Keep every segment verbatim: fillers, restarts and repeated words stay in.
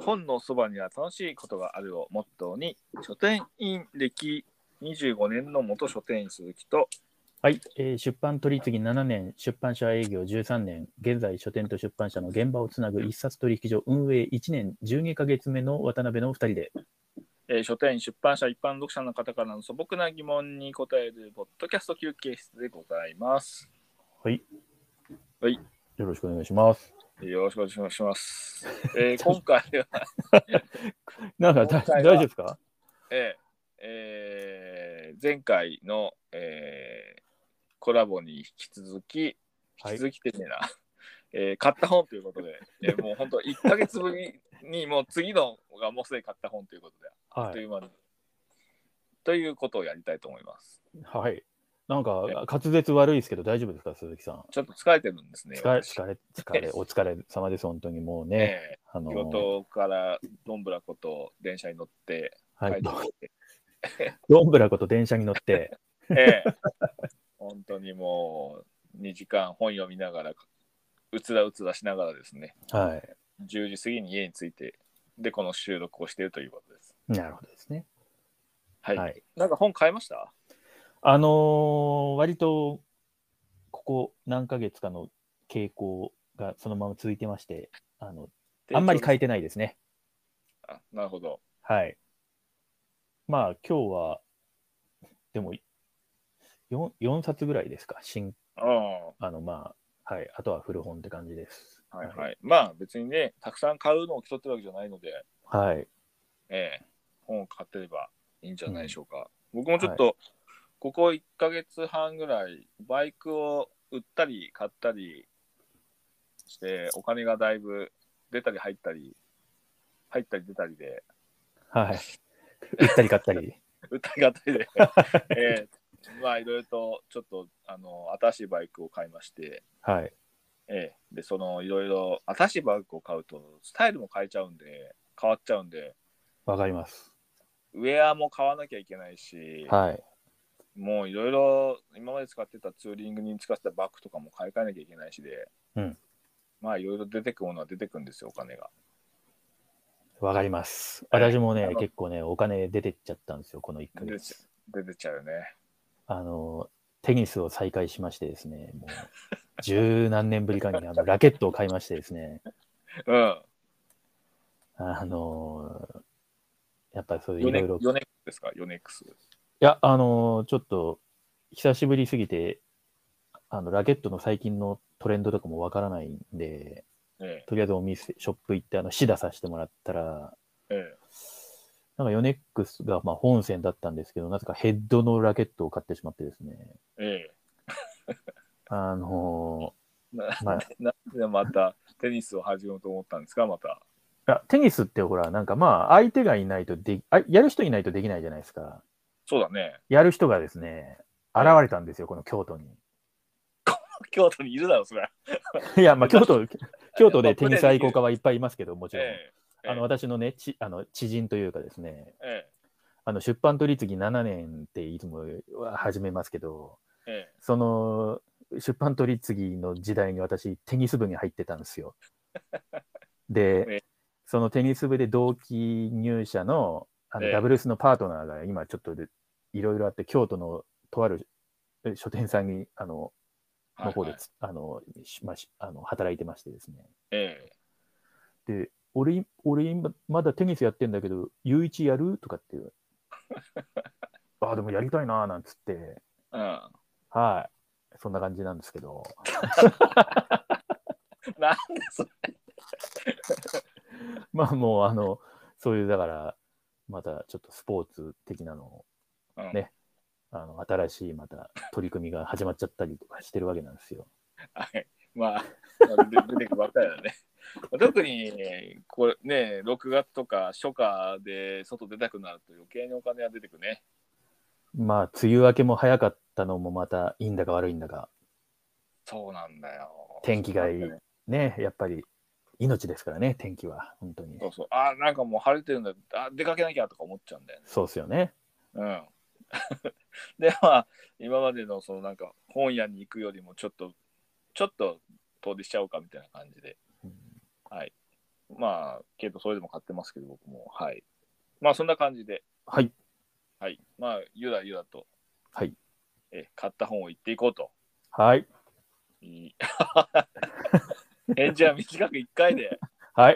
本のそばには楽しいことがあるをモットーに、書店員歴にじゅうごねんの元書店員鈴木と、 はい、えー出版取次ななねん、出版社営業じゅうさんねん、現在書店と出版社の現場をつなぐ一冊取引所運営いちねんじゅうにかげつめの渡辺のふたりで、 えー書店員、出版社、一般読者の方からの素朴な疑問に答えるポッドキャスト休憩室でございます。 はい、 はい、 よろしくお願いします。 よろしくお願いします。えー、今回はなんか大丈夫ですか？ えーえー、前回の、えー、コラボに引き続き、引き続きてねえな、はいえー、買った本ということで、えー、もう本当いっかげつぶりにもう次のがもうすでに買った本ということで、 はい、 あっという間にということをやりたいと思います。 はい。なんか滑舌悪いですけど大丈夫ですか、鈴木さん？ ちょっと疲れてるんですね。 疲れ、疲れ、疲れ、お疲れ様です、本当にもうね。 えー、 あのー、 仕事からどんぶらこと電車に乗って帰ってきて、 はい、どんぶらこと電車に乗って、 えー、本当にもうにじかん本読みながら、うつらうつらしながらですね、 はい、 じゅうじ過ぎに家に着いて、で、この収録をしているということです。 なるほどですね。 はい。はい、なんか本買いました？ あのー、割とここ何ヶ月かの傾向がそのまま続いてまして、あのあんまり変えてないですね。 あ、なるほど。 はい。まあ今日はでも 4, よんさつぐらいですか、新ああのまあはい、あとは古本って感じです。 はいはい。はい、まあ別にね、たくさん買うのを競ってるわけじゃないので、 はい。 ええ、本を買ってればいいんじゃないでしょうか。うん、僕もちょっと、はい、ここいっかげつはんぐらい、バイクを売ったり買ったりして、お金がだいぶ出たり入ったり、入ったり出たりで。 はい。売ったり買ったり。 売ったり買ったりで。えー、まあいろいろと、ちょっと、あの、新しいバイクを買いまして、 はい。 えー、で、その、いろいろ、新しいバイクを買うと、スタイルも変えちゃうんで、変わっちゃうんで。 わかります。 ウェアも買わなきゃいけないし、 はい。 もういろいろ今まで使ってたツーリングに使ってたバッグとかも買い替えなきゃいけないしで、 うん、まあいろいろ出てくものは出てくんですよ、お金が。 わかります。私もね、結構ね、お金出てっちゃったんですよ、このいっかげつ。 出てっちゃうよね。あの、テニスを再開しましてですね、もう十何年ぶりかにあのラケットを買いましてですね。 うん。 あのー、やっぱりそういういろいろ。 ヨネックスですか、ヨネックス。いや、あのー、ちょっと久しぶりすぎて、あのラケットの最近のトレンドとかもわからないんで、ええ、とりあえずお店、ショップ行ってあのシダさせてもらったら、ええ、なんかヨネックスがまあ本線だったんですけど、なぜかヘッドのラケットを買ってしまってですね。ええ、あのー、な、まあ、なんでまたテニスを始めようと思ったんですか、また。 いや、テニスってほら、なんかまあ、相手がいないとであ、やる人いないとできないじゃないですか。 そうだね。 やる人がですね、現れたんですよ、ええ、この京都に。 京都にいるだろ、それ。 いや、まあ、京都、京都でテニス愛好家はいっぱいいますけど、もちろん。ええ、あの私のね、ちあの知人というかですね、ええ、あの出版取次ななねんっていつも始めますけど、ええ、その出版取次の時代に私、テニス部に入ってたんですよ。で、ええ、そのテニス部で同期入社のあのダブルスのパートナーが今ちょっといろいろあって、京都のとある書店さんにあのの方で、はいはい、あのまあ、あの働いてましてですね。ええ、で、俺、俺今まだテニスやってんだけど、ゆういちやるとかっていうああ、でもやりたいなーなんつって、うん、はい、そんな感じなんですけど。 なんでそれまあもう、あの、そういう、だから、またちょっとスポーツ的なのをね、うん、あの新しいまた取り組みが始まっちゃったりとかしてるわけなんですよ。 はい。まあ、出てくばっかりだね。特にこれね、ろくがつとか初夏で外出たくなると余計にお金が出てくね。 まあ、梅雨明けも早かったのもまたいいんだか悪いんだか。 そうなんだよ。 天気がいい。ね, ね、やっぱり命ですからね、天気は。本当に。 そうそう。あ、なんかもう晴れてるんだ。あ、出かけなきゃとか思っちゃうんだよね。 そうですよね。 うん。で、まあ、今までのそのなんか本屋に行くよりもちょっと、ちょっと遠出しちゃおうかみたいな感じで。うん、はい。 まあ、けどそれでも買ってますけど、僕も。はい。まあ、そんな感じで。 はい。 はい。まあ、ゆらゆらと、 はい。 え、買った本を言っていこうと。 はい。 いい返事は短くいっかいで。 はい。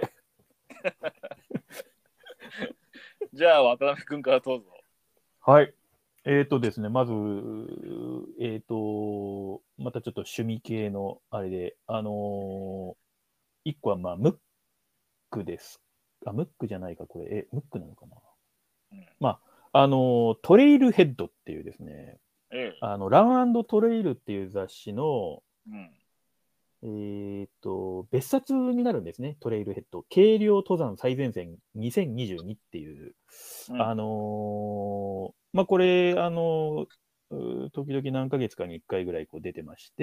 じゃあ、渡辺君からどうぞ。 はい。えっ、ー、とですね、まず、えっ、ー、と、またちょっと趣味系のあれで、あのー、一個はまあ、ムックです。あ、ムックじゃないか、これ。え、ムックなのかな。うん、まあ、あのー、トレイルヘッドっていうですね、ええ、あの、ラン&トレイルっていう雑誌の、うん、えっと、別冊になるんですね、トレイルヘッド。軽量登山最前線にせんにじゅうにっていう、うん、あのー、まあ、これ、あのー、時々何ヶ月かにいっかいぐらいこう出てまして、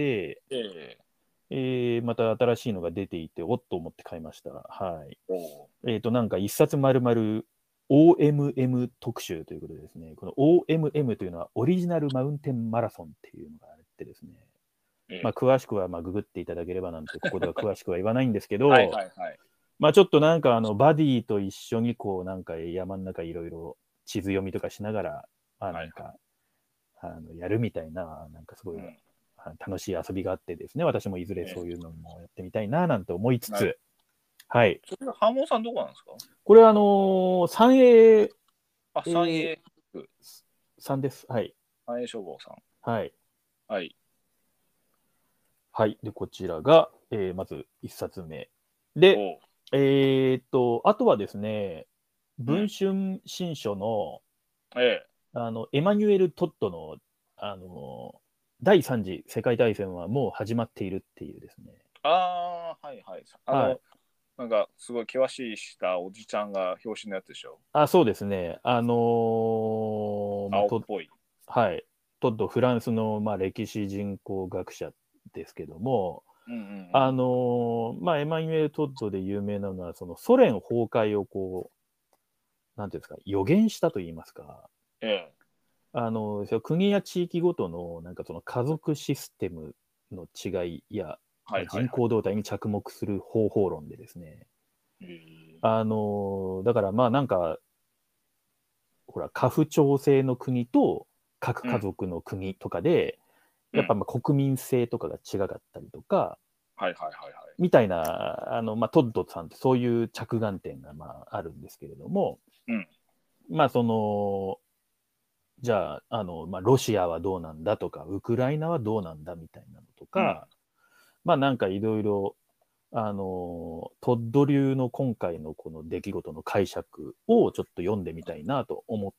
えええー、また新しいのが出ていて、おっと思って買いました。はい。えっと、なんか一冊丸々 オーエムエム 特集ということでですね、この オーエムエム というのはオリジナルマウンテンマラソンっていうのがあってですね、まあ、詳しくはまあググっていただければなんて、ここでは詳しくは言わないんですけど、はいはいはい、まあちょっとなんかあのバディと一緒にこうなんか山の中いろいろ地図読みとかしながら、まあなんか、はいはい、あのやるみたいな、なんかすごい、うん、楽しい遊びがあってですね、私もいずれそういうのもやってみたいななんて思いつつ、えー、はい。 それはハモさんどこなんですか？ これはあのー、三栄、 あ、三栄区。 さんです。はい。 三栄消防さん。 はい。 はい。 はい。で、こちらが、えー、まずいっさつめ。で、えー、っと、あとはですね、文春新書の、うん、ええ、あの、エマニュエル・トッドの、あの、第三次世界大戦はもう始まっているっていうですね。 ああ、はいはい。あの、はい、なんか、すごい険しいしたおじちゃんが表紙のやつでしょ。 あ、そうですね。あのー、まあ、 青っぽい。 はい。トッド、フランスの、まあ、歴史人口学者ですけども、うんうんうん、あのー、まあ、エマニュエル・トッドで有名なのは、そのソ連崩壊をこう、なんていうんですか、予言したといいますか、ええ、あの、国や地域ごとの、なんかその家族システムの違いや、はいはいはい、人口動態に着目する方法論でですね、あの、だからまあなんか、ほら、家父長制の国と核家族の国とかで、うん、やっぱまあ国民性とかが違かったりとか、はいはいはいはい、みたいな、あの、まあ、トッドさんってそういう着眼点がまああるんですけれども、うん、まあその、じゃあ、あの、まあ、ロシアはどうなんだとか、ウクライナはどうなんだみたいなのとか、うん、まあなんかいろいろ、あの、トッド流の今回のこの出来事の解釈をちょっと読んでみたいなと思って、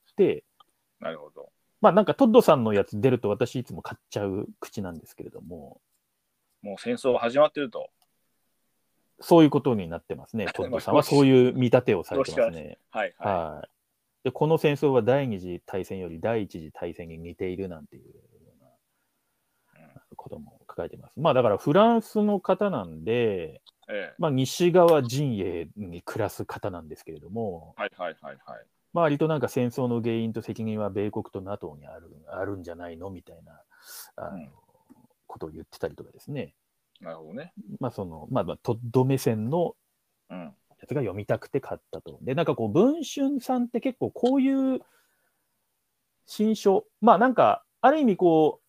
なるほど。 まあなんかトッドさんのやつ出ると私いつも買っちゃう口なんですけれども。 もう戦争始まってると。 そういうことになってますね。トッドさんはそういう見立てをされてますね。 はいはい。はいで、この戦争は第二次大戦より第一次大戦に似ているなんていうようなことも書かれています。まあだからフランスの方なんで、ええ、まあ西側陣営に暮らす方なんですけれども、はいはいはいはい。まあ割となんか戦争の原因と責任は米国と ナトー にあるあるんじゃないのみたいなあの、うん、ことを言ってたりとかですね。 なるほどね。 まあその、まあ、まあ、トッド目線の、うんやつが読みたくて買ったと。で、なんかこう、文春さんって結構こういう新書、まあなんか、ある意味こう、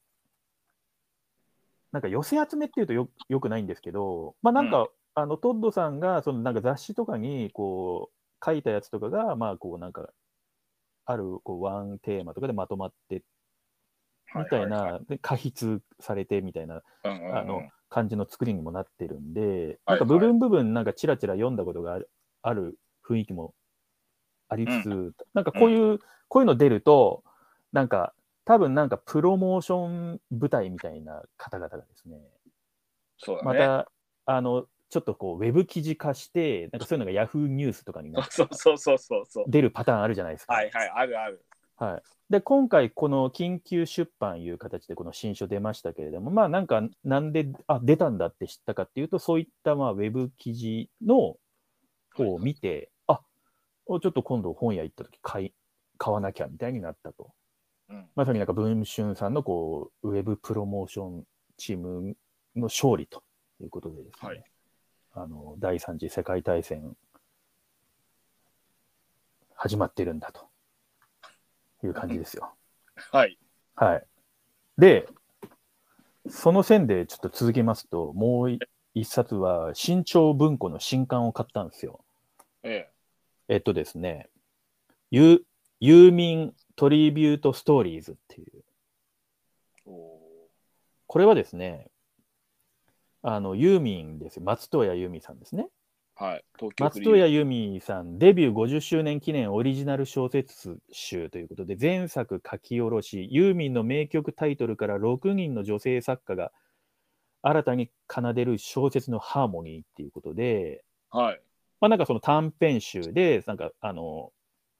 なんか寄せ集めっていうとよよくないんですけど、まあなんか、うん、あのトッドさんがそのなんか雑誌とかにこう書いたやつとかが、まあこうなんか、あるこうワンテーマとかでまとまってみたいな、はいはいはい、で加筆されてみたいな、うんうんうん、あの感じの作りにもなってるんで、なんか部分部分なんかチラチラ読んだことがある、ある雰囲気もありつつ、うん、なんかこういう、うん、こういうの出ると、なんか多分なんかプロモーション舞台みたいな方々がですね、 そうだね、 またあのちょっとこうウェブ記事化して、なんかそういうのがヤフーニュースとかになって出るパターンあるじゃないですか。 はいはい、あるある。 はい、で今回この緊急出版いう形でこの新書出ましたけれども、まあなんかなんであ出たんだって知ったかっていうと、そういったまあウェブ記事の方を見て、はいはい、あちょっと今度本屋行った時買い買わなきゃみたいになったと、うん、まさになんか文春さんのこうウェブプロモーションチームの勝利ということでですね、はい、あの第三次世界大戦始まってるんだという感じですよ。 はい。 はい。で、その線でちょっと続けますと、もう一冊は新潮文庫の新刊を買ったんですよ。 ええっとですね、ユーミントリビュートストーリーズっていう。これはですね、あのユーミンですよ。松任谷由実さんですね。 はい。東京松任谷由実さん、デビューごじゅっしゅうねん記念オリジナル小説集ということで、前作書き下ろし、ユーミンの名曲タイトルからろくにんの女性作家が新たに奏でる小説のハーモニーっていうことで、 はい。 まあなんかその短編集で、なんかあの、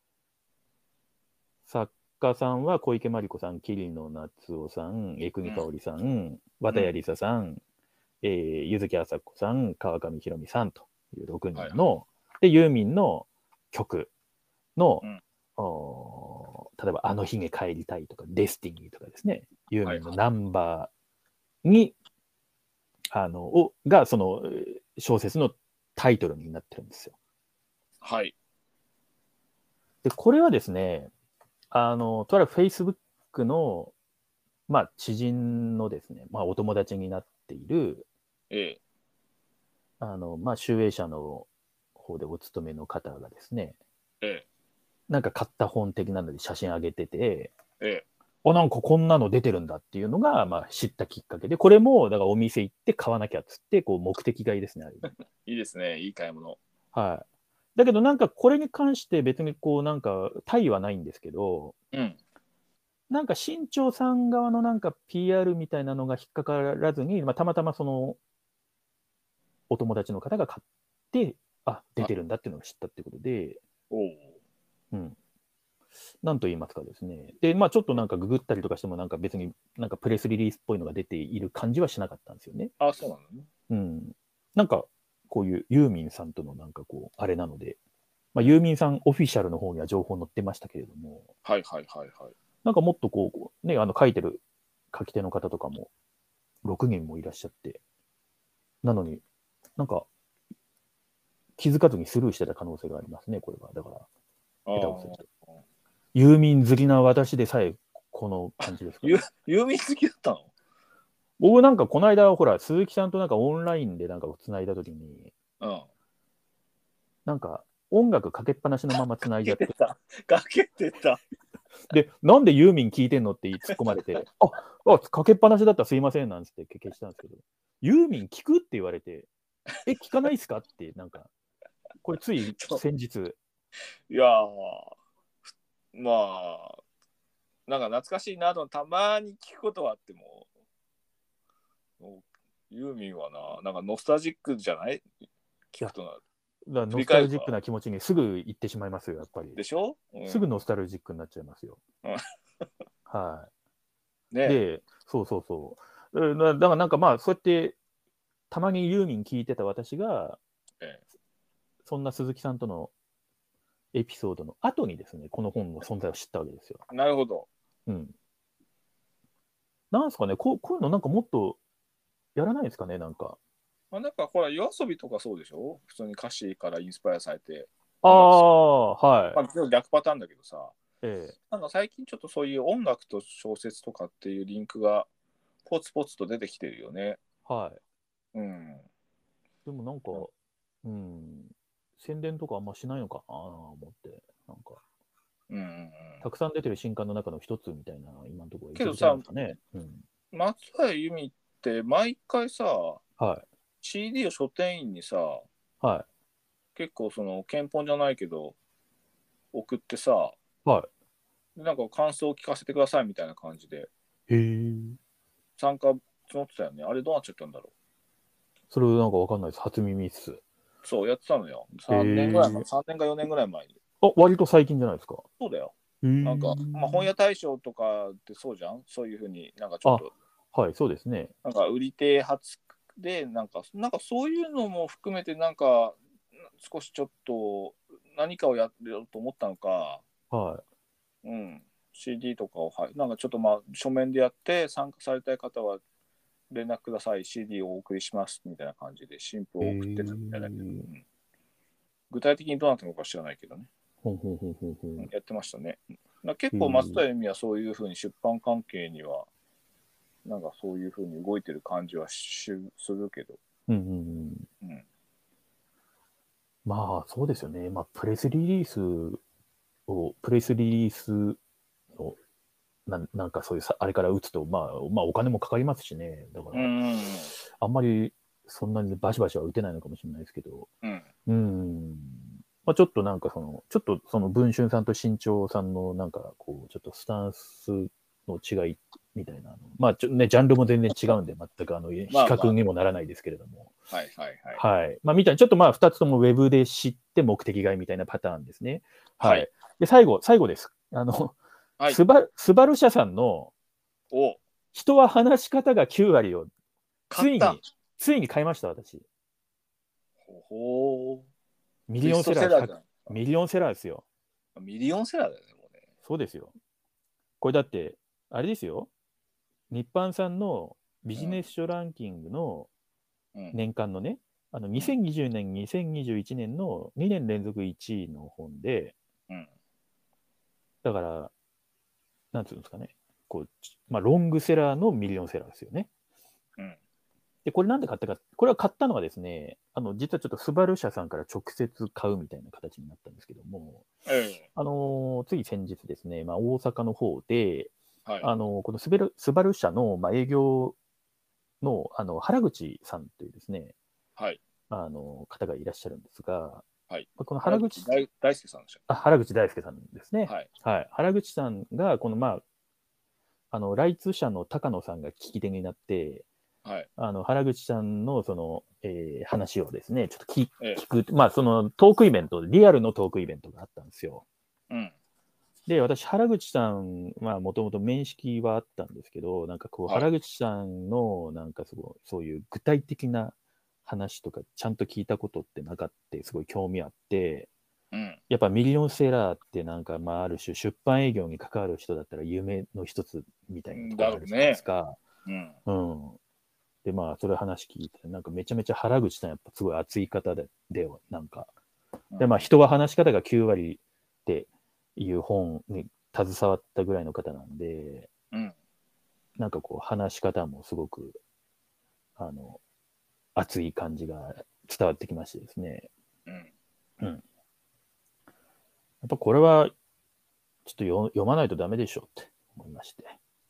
作家さんは小池真理子さん、桐野夏夫さん、江国香織さん、うん、綿谷りささん、うんえー、柚木麻子さん、川上弘美さんというろくにんの、はい、で、ユーミンの曲の、うん、例えば、あの日に帰りたいとか、デスティニーとかですね、ユーミンのナンバーに、はい、あのをが、その小説のタイトルになってるんですよ。 はい。 で、これはですね、あの、とある Facebook の、まあ、知人のですね、まあ、お友達になっている、 ええ、 あの、まあ、集英社の方でお勤めの方がですね、 ええ、 なんか買った本的なので写真上げてて、 ええ、 あ、なんかこんなの出てるんだっていうのが、まあ、知ったきっかけで、これも、だからお店行って買わなきゃっつって、こう、目的買いですね、あれいいですね、いい買い物。 はい。だけど、なんかこれに関して別にこう、なんか、対はないんですけど、 うん。 なんか新潮さん側のなんか ピーアール みたいなのが引っかからずに、まあ、たまたまそのお友達の方が買って、あ、出てるんだっていうのを知ったってことで、 おうん。なんと言いますかですね。で、まあちょっとなんかググったりとかしてもなんか別になんかプレスリリースっぽいのが出ている感じはしなかったんですよね。 あ、そうなのね。 うん。なんかこういうユーミンさんとのなんかこう、あれなので、まあユーミンさんオフィシャルの方には情報載ってましたけれども、 はいはいはいはい。 なんかもっとこう、ね、あの書いてる書き手の方とかもろくにんもいらっしゃって、なのになんか気づかずにスルーしてた可能性がありますね、これは。だから、下手をすると。ユーミン好きな私でさえこの感じですか、ね、 ユーミン好きだったの？ 僕なんかこの間、ほら、鈴木さんとなんかオンラインでなんかつないだときに、 うん、 なんか音楽かけっぱなしのままつないじゃって。 かけてた。 で、なんでユーミン聞いてんのって突っ込まれて、あ、あ、かけっぱなしだったらすいませんなんつって消したんですけど、ユーミン聞くって言われて、え、聞かないっすかって、なんか、これつい先日。 いやー、まあ、なんか懐かしいなと、たまに聞くことはあっても、ユーミンはな、なんかノスタルジックじゃない？聞くとなる。 だノスタルジックな気持ちにすぐ行ってしまいますよ、やっぱり。 でしょ？ うん、すぐノスタルジックになっちゃいますよ。はい。ね、で、そうそうそう。だからなんかまあ、そうやって、たまにユーミン聞いてた私が、ええ、そんな鈴木さんとのエピソードの後にですね、この本の存在を知ったわけですよ。 なるほど。 うん。なんすかね、こう、こういうのなんかもっとやらないですかね、なんか。 まあ、なんかほら、夜遊びとかそうでしょ？普通に歌詞からインスパイアされて。 ああ、はい。 まあ、逆パターンだけどさ、 ええ、 なんか最近ちょっとそういう音楽と小説とかっていうリンクがポツポツと出てきてるよね。 はい。 うん。 でもなんか、うん、宣伝とかあんましないのかなと思って、なんか、 うんうんうん、 たくさん出てる新刊の中の一つみたいな、今のところけどさ、 ね、うん、 松任谷由実って毎回さ、 はい、 シーディー を書店員にさ、 はい、 結構その憲法じゃないけど送ってさ、 はい、 なんか感想を聞かせてくださいみたいな感じでへえ、 参加募ってたよね。あれどうなっちゃったんだろう。 それなんかわかんないです。初耳っす。 そうやってたのよ。さんねんぐらい前、さんねんかよねんぐらい前に。 あ、割と最近じゃないですか。 そうだよ。なんか、まあ、本屋大賞とかってそうじゃん。そういうふうになんかちょっと。 はい、そうですね。 なんか売り手発で、なんか、なんかそういうのも含めて、なんか、少しちょっと何かをやろうと思ったのか、 はい。 うん。シーディー とかを、はい、なんかちょっとまあ、書面でやって、参加されたい方は連絡ください、シーディー をお送りしますみたいな感じで、新譜を送ってたみたいだけど、うん、具体的にどうなったのか知らないけどね。 ほんほんほんほんほんやってましたね。結構松田由美はそういうふうに出版関係には、なんかそういうふうに動いてる感じはしするけど。 うんうんうん。うん、まあそうですよね。まあプレスリリースを、プレスリリースのななんかそういうさあれから打つと、まあ、まあお金もかかりますしね。だから、あんまりそんなにバシバシは打てないのかもしれないですけど、うん。うんまあ、ちょっとなんかその、ちょっとその文春さんと新潮さんのなんかこう、ちょっとスタンスの違いみたいな、まあちょね、ジャンルも全然違うんで、全くあの比較にもならないですけれども。 まあまあ、はいはいはい。 はい。まあみたいに、ちょっとまあ二つともウェブで知って目的外みたいなパターンですね。はい。はい、で、最後、最後です。あの、はい、スバスバル社さんの、お人は話し方がきゅう割を、ついに、ついに買いました、私。 ほほミリオンセラーです。ミリオンセラーですよ。 ミリオンセラーだよね、もうね。 そうですよ。これだって、あれですよ。日版さんのビジネス書ランキングの年間のね、うん、あのにせんにじゅうねん、にせんにじゅういちねんのにねん連続いちいの本で、うん、だから、なんていうんですかね、こう、まあ、ロングセラーのミリオンセラーですよね。うん、で、これなんで買ったか、これは買ったのはですね、あの、実はちょっとスバル社さんから直接買うみたいな形になったんですけども、うん、あのー、つい先日ですね、まあ、大阪の方で、はい、あのー、このスベルスバル社の、まあ、営業の、あの、原口さんというですね、はい、あの、方がいらっしゃるんですが、はい、この原口大大輔さんでしょ。 あ、原口大輔さんですね。はい。はい、原口さんが、この、まあ、あの、ライツ社の高野さんが聞き手になって、はい、あの原口さんのその、えー、話をですね、ちょっと聞、ええ、聞く、まあ、そのトークイベント、リアルのトークイベントがあったんですよ。うん、で、私、原口さんはもともと面識はあったんですけど、なんかこう、はい、原口さんの、なんかすごい、そういう具体的な話とか、ちゃんと聞いたことってなかった、すごい興味あって、うん、やっぱミリオンセラーってなんか、まあ、ある種出版営業に関わる人だったら夢の一つみたいなところあるじゃないですか。ね、うん、うんで、まあ、それ話聞いて、なんかめちゃめちゃ原口さん、やっぱすごい熱い方で、でなんか。で、まあ、人は話し方がきゅう割っていう本に携わったぐらいの方なんで、うん、なんかこう、話し方もすごく、あの、熱い感じが伝わってきましてですね。うん。うん。やっぱこれは、ちょっとよ読まないとダメでしょうって思いまして。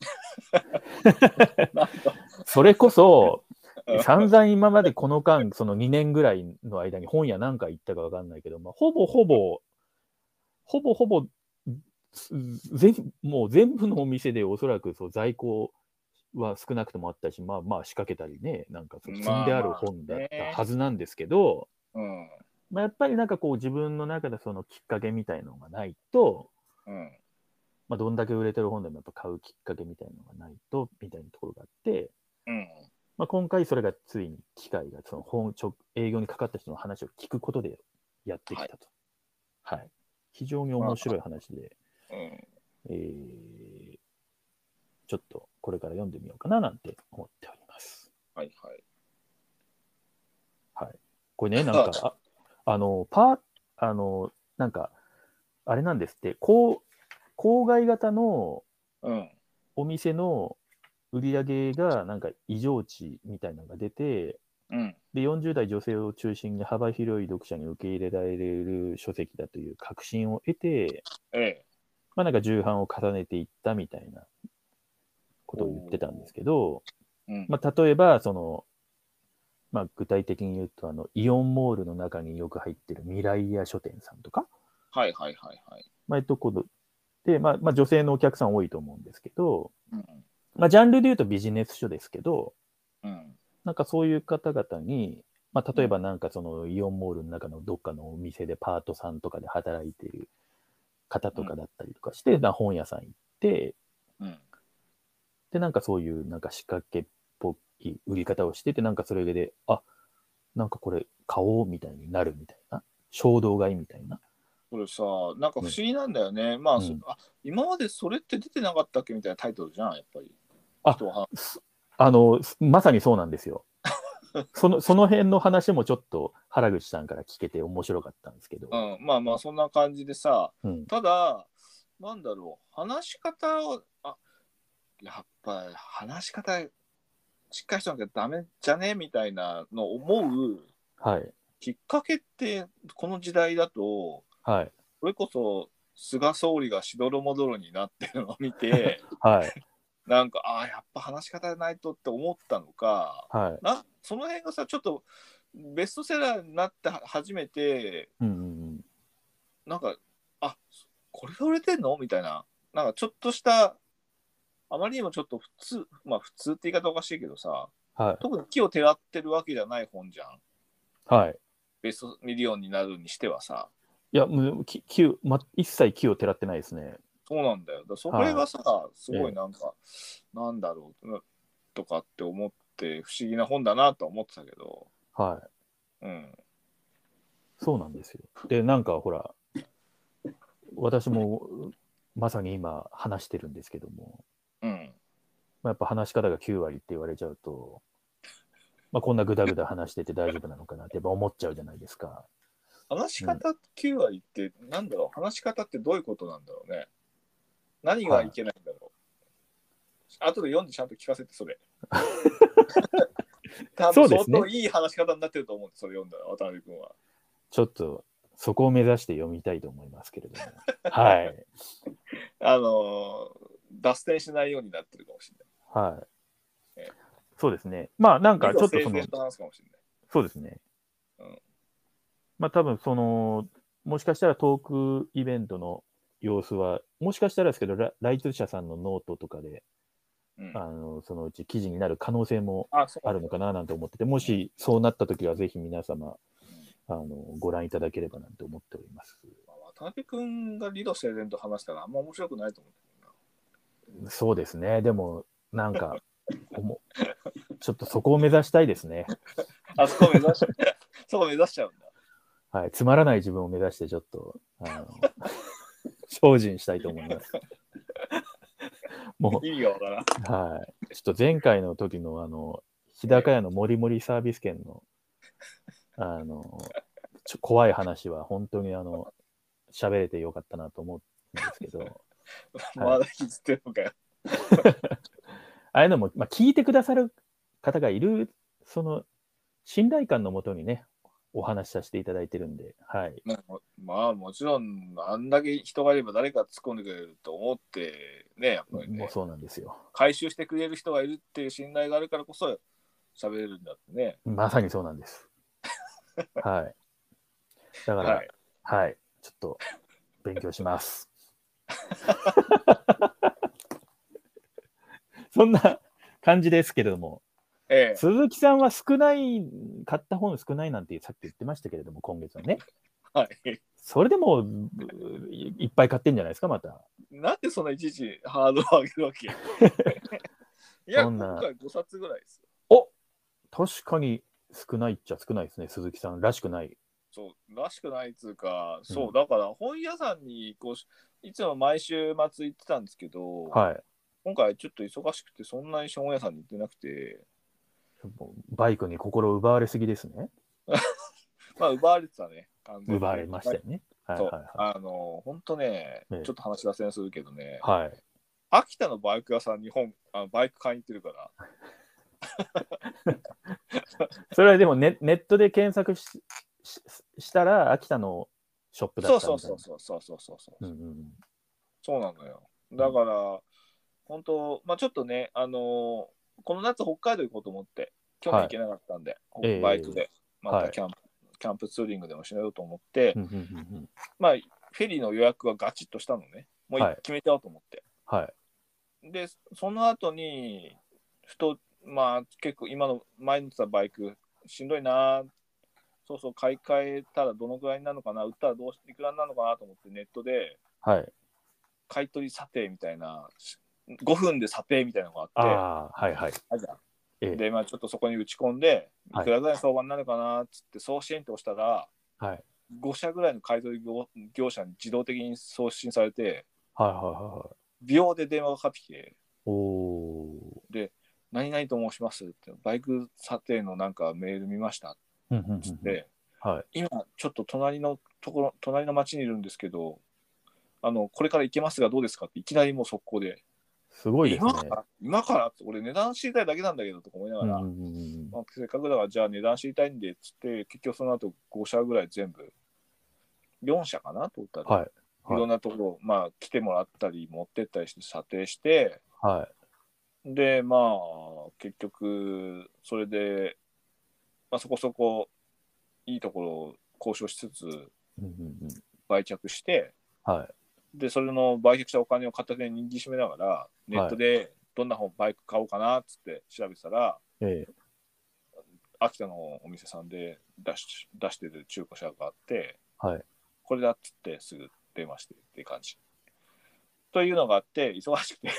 それこそ、散々今までこの間、そのにねんぐらいの間に本屋何回行ったか分かんないけど、まあ、ほぼほぼ、ほぼほぼ、全もう全部のお店でおそらくそう在庫は少なくともあったし、まあまあ仕掛けたりね、なんかそう積んである本だったはずなんですけど、まあまあね、うんまあ、やっぱりなんかこう自分の中でそのきっかけみたいのがないと、うんまあ、どんだけ売れてる本でもやっぱ買うきっかけみたいのがないと、みたいなところがあって、うんまあ、今回それがついに機会がその本直営業にかかった人の話を聞くことでやってきたと。はい。はい、非常に面白い話で、うんえー、ちょっとこれから読んでみようかななんて思っております。 はいはい。 はい。これね、なんか、ああの、パー、あの、なんか、あれなんですって、こう、郊外型のお店の売り上げがなんか異常値みたいなのが出て、うん、でよんじゅう代女性を中心に幅広い読者に受け入れられる書籍だという確信を得て、ええ、まあなんか重版を重ねていったみたいなことを言ってたんですけど、うん、まあ例えばその、まあ具体的に言うとあのイオンモールの中によく入ってる未来屋書店さんとか、 はいはいはいはい。 まあえっとこので、まあ、まあ女性のお客さん多いと思うんですけど、うんまあ、ジャンルで言うとビジネス書ですけど、うん、なんかそういう方々に、まあ、例えばなんかそのイオンモールの中のどっかのお店でパートさんとかで働いている方とかだったりとかして、うん、本屋さん行って、うん、で、なんかそういうなんか仕掛けっぽい売り方をしてて、なんかそれで、あ、なんかこれ買おうみたいになるみたいな、衝動買いみたいな。 これさ、なんか不思議なんだよね。ねまあ、うん、あ、今までそれって出てなかったっけみたいなタイトルじゃん、やっぱり。 あ、あの、まさにそうなんですよ。 そのその辺の話もちょっと原口さんから聞けて面白かったんですけど、 うん、まあまあそんな感じでさ、 うん、 ただなんだろう、話し方をあやっぱ話し方しっかりしなきゃダメじゃねみたいなのを思うはい、 きっかけってこの時代だと、 はい、 それこそ菅総理がしどろもどろになってるのを見てはい、 なんかああやっぱ話し方じゃないとって思ったのか、 はい、 なその辺がさちょっとベストセラーになって初めてうんうんうん、 なんかあこれが売れてんのみたいな、なんかちょっとしたあまりにもちょっと普通まあ普通って言い方おかしいけどさ、 はい、 特に木をてらってるわけじゃない本じゃん、 はい。 ベストミリオンになるにしてはさ。 いや、もうき木を、ま、一切木をてらってないですね。 そうなんだよ。だそれはがさ、すい。 ごいえなんか、なんだろうとかって思って不思議な本だなとは思ってたけど、 え、はい。 うん。 そうなんですよ。で、なんかほら、私もまさに今話してるんですけども、 うん。 まあ、やっぱ話し方がきゅう割って言われちゃうと、まあ、こんなぐだぐだ話してて大丈夫なのかなってやっぱ思っちゃうじゃないですか。 話しうん、 方きゅう割ってなんだろう、話し方ってどういうことなんだろうね。何がはい。 いけないんだろう。後で読んでちゃんと聞かせて、それ。多分そうですね。 相当いい話し方になってると思うんです、それ読んだら、渡辺君は。 ちょっとそこを目指して読みたいと思いますけれども。はい。 あのー脱線しないようになってるかもしれはい。 ない。えそうですね。まあなんか理路ちょっとその、 整然と話すかもしれない。 そうですね。 うん、 まあ多分その、もしかしたらトークイベントの様子は、もしかしたらですけど、ラライト社さんのノートとかで、 うん、 あのそのうち記事になる可能性もあ、そうなんだよ。 あるのかななんて思ってて、もしそうなったときはぜひ皆様、あのご覧いただければなんて思っております。 まあ、渡辺君が理路整然と話したらあんま面白くないと思うんだそうですね。でも、なんか、おもちょっとそこを目指したいですね。 けどな。あそこ目指し、そこ目指しちゃうんだ。 はい。つまらない自分を目指して、ちょっと、あの、精進したいと思います。も意味がわからん。 う、はい。ちょっと前回の時の、あの、日高屋のもりもりサービス券の、あの、ちょ怖い話は本当に、あの、喋れてよかったなと思うんですけど、 まだ引きずってるのかよ。 ああいうのも、まあ、聞いてくださる方がいる、その、信頼感のもとにね、お話しさせていただいてるんで、はい。 まあ、まあ、もちろん、あんだけ人がいれば誰か突っ込んでくれると思って、ね、やっぱりね、 もうそうなんですよ。 回収してくれる人がいるっていう信頼があるからこそ喋れるんだってね。 まさにそうなんです。はい。だから、 はい。 はい。ちょっと勉強します。そんな感じですけれども、 ええ。 鈴木さんは少ない、買った本少ないなんてさっき言ってましたけれども、今月はね。 はい。 それでもいいっぱい買ってんじゃないですか、また。 なんでそんないちいちハードルを上げるわけいや、 そんな、 今回ごさつぐらいですよ。 お確かに少ないっちゃ少ないですね、鈴木さんらしくない。 そう、らしくないっつうか、 うん、 そう、だから本屋さんにこう、いつも毎週末行ってたんですけど、 はい。 今回ちょっと忙しくて、そんなに本屋さんに行ってなくて、 バイクに心奪われすぎですね。 まあ、奪われてたね、完全に。 奪われましたよね。はいそう、 はいはあの、本当ね、 い。ね、 ちょっと話脱線するけどね、 はい。 秋田のバイク屋さんに本、あのバイク買いに行ってるから。 それはでもネネットで検索しししたら秋田のショップだそうったみたいな。 そうそうそうそうそうそう。 うんうんうん、 そうなのよ。だから、本当、まあちょっとね、あのーこの夏北海道行こうと思って、去年行けなかったんで、 はい、 バイクで、またはい、 キャンプ、キャンプツーリングでもしようと思って、 うんうんうんうん、 まあフェリーの予約はガチッとしたのね。もうはい決めちゃおうと思って。 はい。 で、その後に、ふと、まあ結構今の前乗ってたバイク、しんどいな、そうそう、買い替えたらどのくらいになるのかな、売ったらどういくらになるのかなと思ってネットで、 はい。 買い取り査定みたいな、ごふんで査定みたいなのがあって、 ああ、はいはい。 あじゃんええ、 で、まあちょっとそこに打ち込んで、いはいくらぐらいの相場になるかなっつって送信って押したら、 はい。 ご社ぐらいの買い取り業業者に自動的に送信されて、 はいはいはいはい。 秒で電話がかかってきて、 おお。 で、 何々と申しますって、バイク査定のなんかメール見ましたって言って、 はい、 今ちょっと隣のところ、隣の町にいるんですけど、あの、これから行けますがどうですかっていきなりもう速攻で、 すごいですね。 今から今からって俺値段知りたいだけなんだけどとか思いながら、 うんうんうんまあ、せっかくだからじゃあ値段知りたいんでっつって、結局その後ご社ぐらい全部、よん社かなトータル。 はい。 いろんなところ、まあ来てもらったり持ってったりして査定して、 はい。 で、まあ結局それで、まあ、そこそこいいところを交渉しつつ売却して、 はい、 で、それの売却したお金を片手に握りしめながら、ネットでどんな本バイク買おうかなっつって調べてたら、ええ、秋田のお店さんで出し、出してる中古車があって、はい、これだっつってすぐ電話してっていう感じ。というのがあって、忙しくて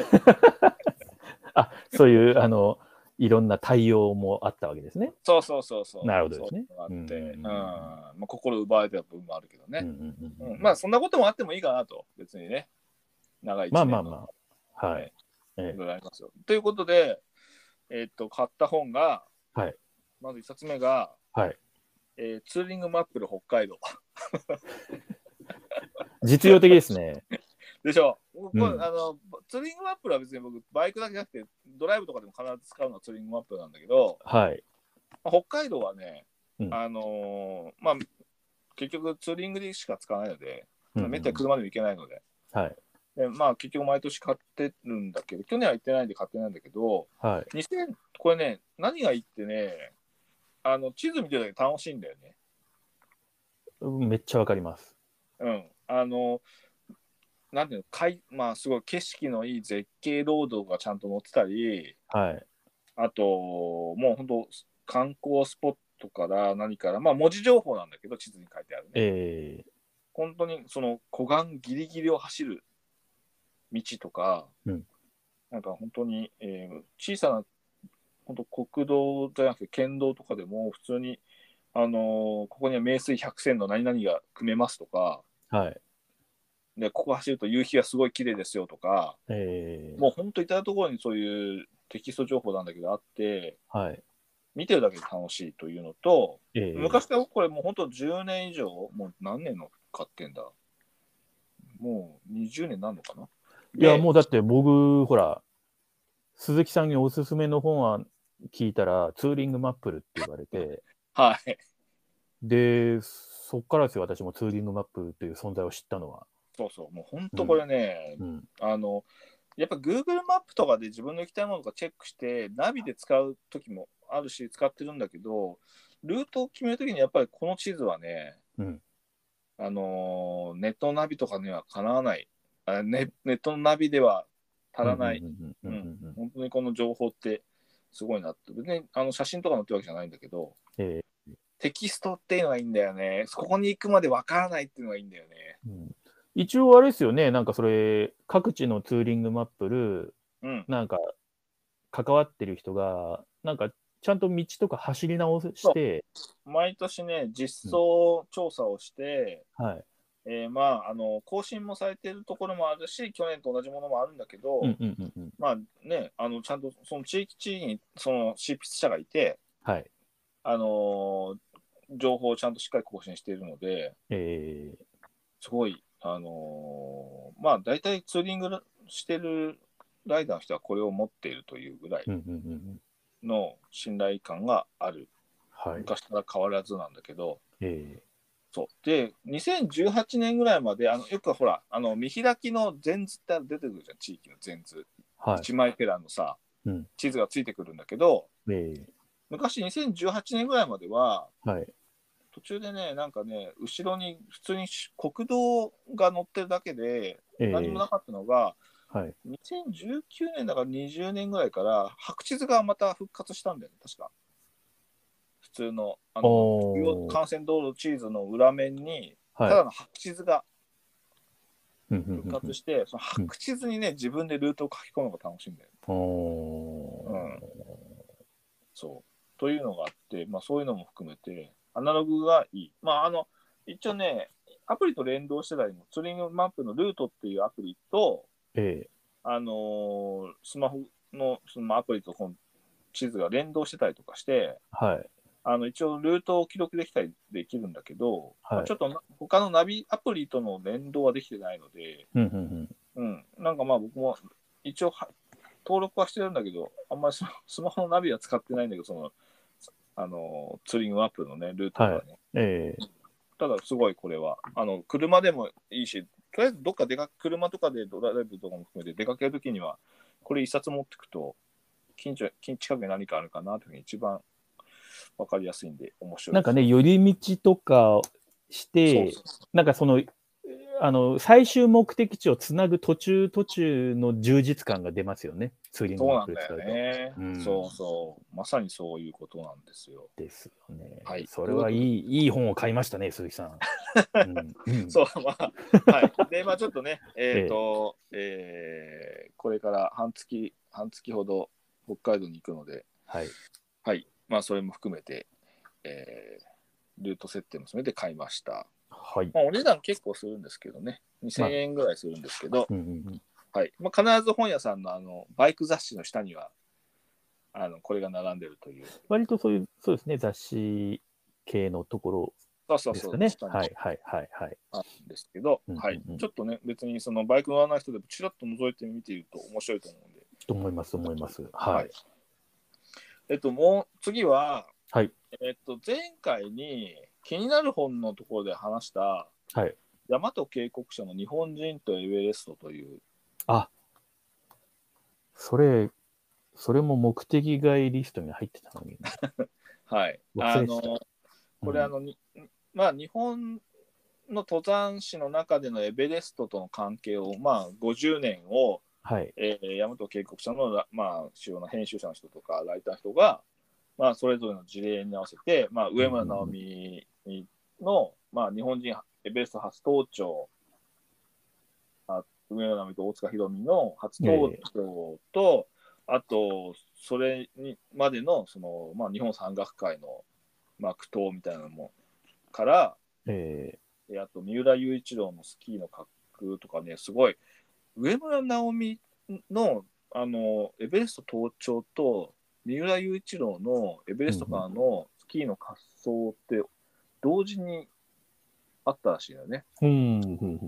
あ、そういう、あの、いろんな対応もあったわけですね。 そうそうそうそう。 なるほどですね。 そうあって、うん、うん、まあ、心奪われた部分もあるけどね。うん、まあ、そんなこともあってもいいかなと、別にね。長いいちねんの。まあまあまあ。はい。いろいろありますよ。ということで、えー、っと、買った本が、はい、まずいっさつめが、はい、えー、ツーリングマップル北海道。 実用的ですね。 でしょ、うん、あのツーリングマップルは別に僕バイクだけじゃなくてドライブとかでも必ず使うのはツーリングマップルなんだけど、はい、まあ、北海道はね、うん、あのー、まあ結局ツーリングでしか使わないので、うんうん、めったに車でも行けないので、はい、でまあ結局毎年買ってるんだけど、去年は行ってないんで買ってないんだけど、はい、にせんこれね、何がいいってね、あの地図見てるだけ楽しいんだよね。 めっちゃわかります。 うん、あのなんていうの、かいまあすごい景色のいい絶景ロードがちゃんと載ってたり、はい、あともう本当観光スポットから何からまあ文字情報なんだけど地図に書いてあるね。えー、本当にその湖岸ギリギリを走る道とか、うん、なんか本当に、えー、小さな本当国道じゃなくて県道とかでも普通にあのー、ここには名水百選の何々が組めますとか。はい。でここ走ると夕日がすごい綺麗ですよとか、えー、もう本当に至るところにそういうテキスト情報なんだけどあって、はい、見てるだけで楽しいというのと、えー、昔からこれもう本当じゅうねん以上、もう何年の買ってんだ、もうにじゅうねんなんのかな。 いやもうだって僕ほら鈴木さんにおすすめの本は聞いたらツーリングマップルって言われてはい、でそっからですよ、私もツーリングマップルという存在を知ったのは。 そうそう、もう本当これね、うん、あのやっぱ Google マップとかで自分の行きたいものとかチェックしてナビで使う時もあるし使ってるんだけど、ルートを決める時にやっぱりこの地図はね、うん、あのネットのナビとかにはかなわないあ、ね、ネットのナビでは足らない。本当にこの情報ってすごいなって、別にあの写真とか載ってるわけじゃないんだけど、えー、テキストっていうのがいいんだよね。ここに行くまでわからないっていうのがいいんだよね。 うん、一応あれですよね、なんかそれ各地のツーリングマップル、うん、なんか関わってる人がなんかちゃんと道とか走り直して、 毎年ね実装調査をして、うん、はい、えー、まああの更新もされているところもあるし、去年と同じものもあるんだけど、うんうんうんうん、まあね、あのちゃんとその地域地域にその執筆者がいて、はい、あのー、情報をちゃんとしっかり更新しているので、えー、すごいあのー、まあ大体ツーリングしてるライダーの人はこれを持っているというぐらいの信頼感がある、うんうんうん、昔から変わらずなんだけど、えー、そうでにせんじゅうはちねんぐらいまであのよくほらあの見開きの全図って出てくるじゃん、地域の全図、はい、いちまいペラのさ、うん、地図がついてくるんだけど、えー、昔にせんじゅうはちねんぐらいまでは、はい、途中でね、なんかね、後ろに普通に国道が載ってるだけで何もなかったのが、えーはい、にせんじゅうきゅうねんだからにじゅうねんぐらいから白地図がまた復活したんだよね、確か。普通のあの幹線道路地図の裏面にただの白地図が復活して、はい、その白地図にね、自分でルートを書き込むのが楽しいんだよ、うん。そうというのがあって、まあ、そういうのも含めてアナログがいい。まあ、あの一応ね、アプリと連動してたりツーリングマップのルートっていうアプリと、ええ、あのー、スマホのそのアプリとこの地図が連動してたりとかして、 はい、 あの一応ルートを記録できたりできるんだけど、 はいまあ、ちょっと他のナビアプリとの連動はできてないので、 うんうんうん、なんかまあ僕も一応登録はしてるんだけど、あんまりスマホのナビは使ってないんだけど、そのあのツーリングアプリのね、ルートがね。はい、 えー、 ただすごいこれは、あの車でもいいし、とりあえずどっか出か車とかでドライブとかも含めて出かけるときには、これ一冊持っていくと、近所近近くに何かあるかなというふうに一番わかりやすいんで面白いです。 なんかね、寄り道とかして、そうそうそう、なんかその、あの最終目的地をつなぐ途中途中の充実感が出ますよね、ツーリングアプリ使うと。そうなんだよね、うん。そうそう。まさにそういうことなんですよ。 ですよね。 はい。 それはいい、いい本を買いましたね、鈴木さん。 うんうん、そう、まあ、はい。で、まあちょっとね、えっ、ー、と、えー、えー、これから半月、半月ほど北海道に行くので、 はい。 はい。まあそれも含めて、えー、ルート設定も含めて買いました。 はい。 まあ、お値段結構するんですけどね、にせんえんぐらいするんですけど、まあ、うんうんうん、はい。まあ、必ず本屋さんのあのバイク雑誌の下には、あのこれが並んでるという。 割とそういう、そうですね、雑誌系のところですかね。そうそうそう、はいはいはいはい。 あるんですけど、うんうんうん、はい。ちょっとね、別にそのバイク乗らない人でもちらっと覗いてみていると面白いと思うんで。 と思います、思います。はい。はい、 えっと、もう次は、 はい。 えっと、前回に気になる本のところで話した、 はい。 大和渓谷社の日本人とエベレストという。 あ、それ、それも目的外リストに入ってたのに、ね。 はい。あの、これ、あの、うん、まあ、日本の登山史の中でのエベレストとの関係を、まあ、ごじゅうねんを、 はい、 えー、大和渓谷社の、まあ、主要な編集者の人とか、ライターの人が、まあ、それぞれの事例に合わせて、まあ、上村直美の、まあ、日本人エベレスト初登頂、あ上村直美と大塚博美の初登頂と、えー、あと、それにまでの、その、まあ、日本山岳会の、まあ、苦闘みたいなのも、から、 えー、あと、三浦雄一郎のスキーの滑空とかね、すごい、上村直美の、あの、エベレスト登頂と、三浦雄一郎のエベレストからのスキーの滑走って同時にあったらしいよね。 うん、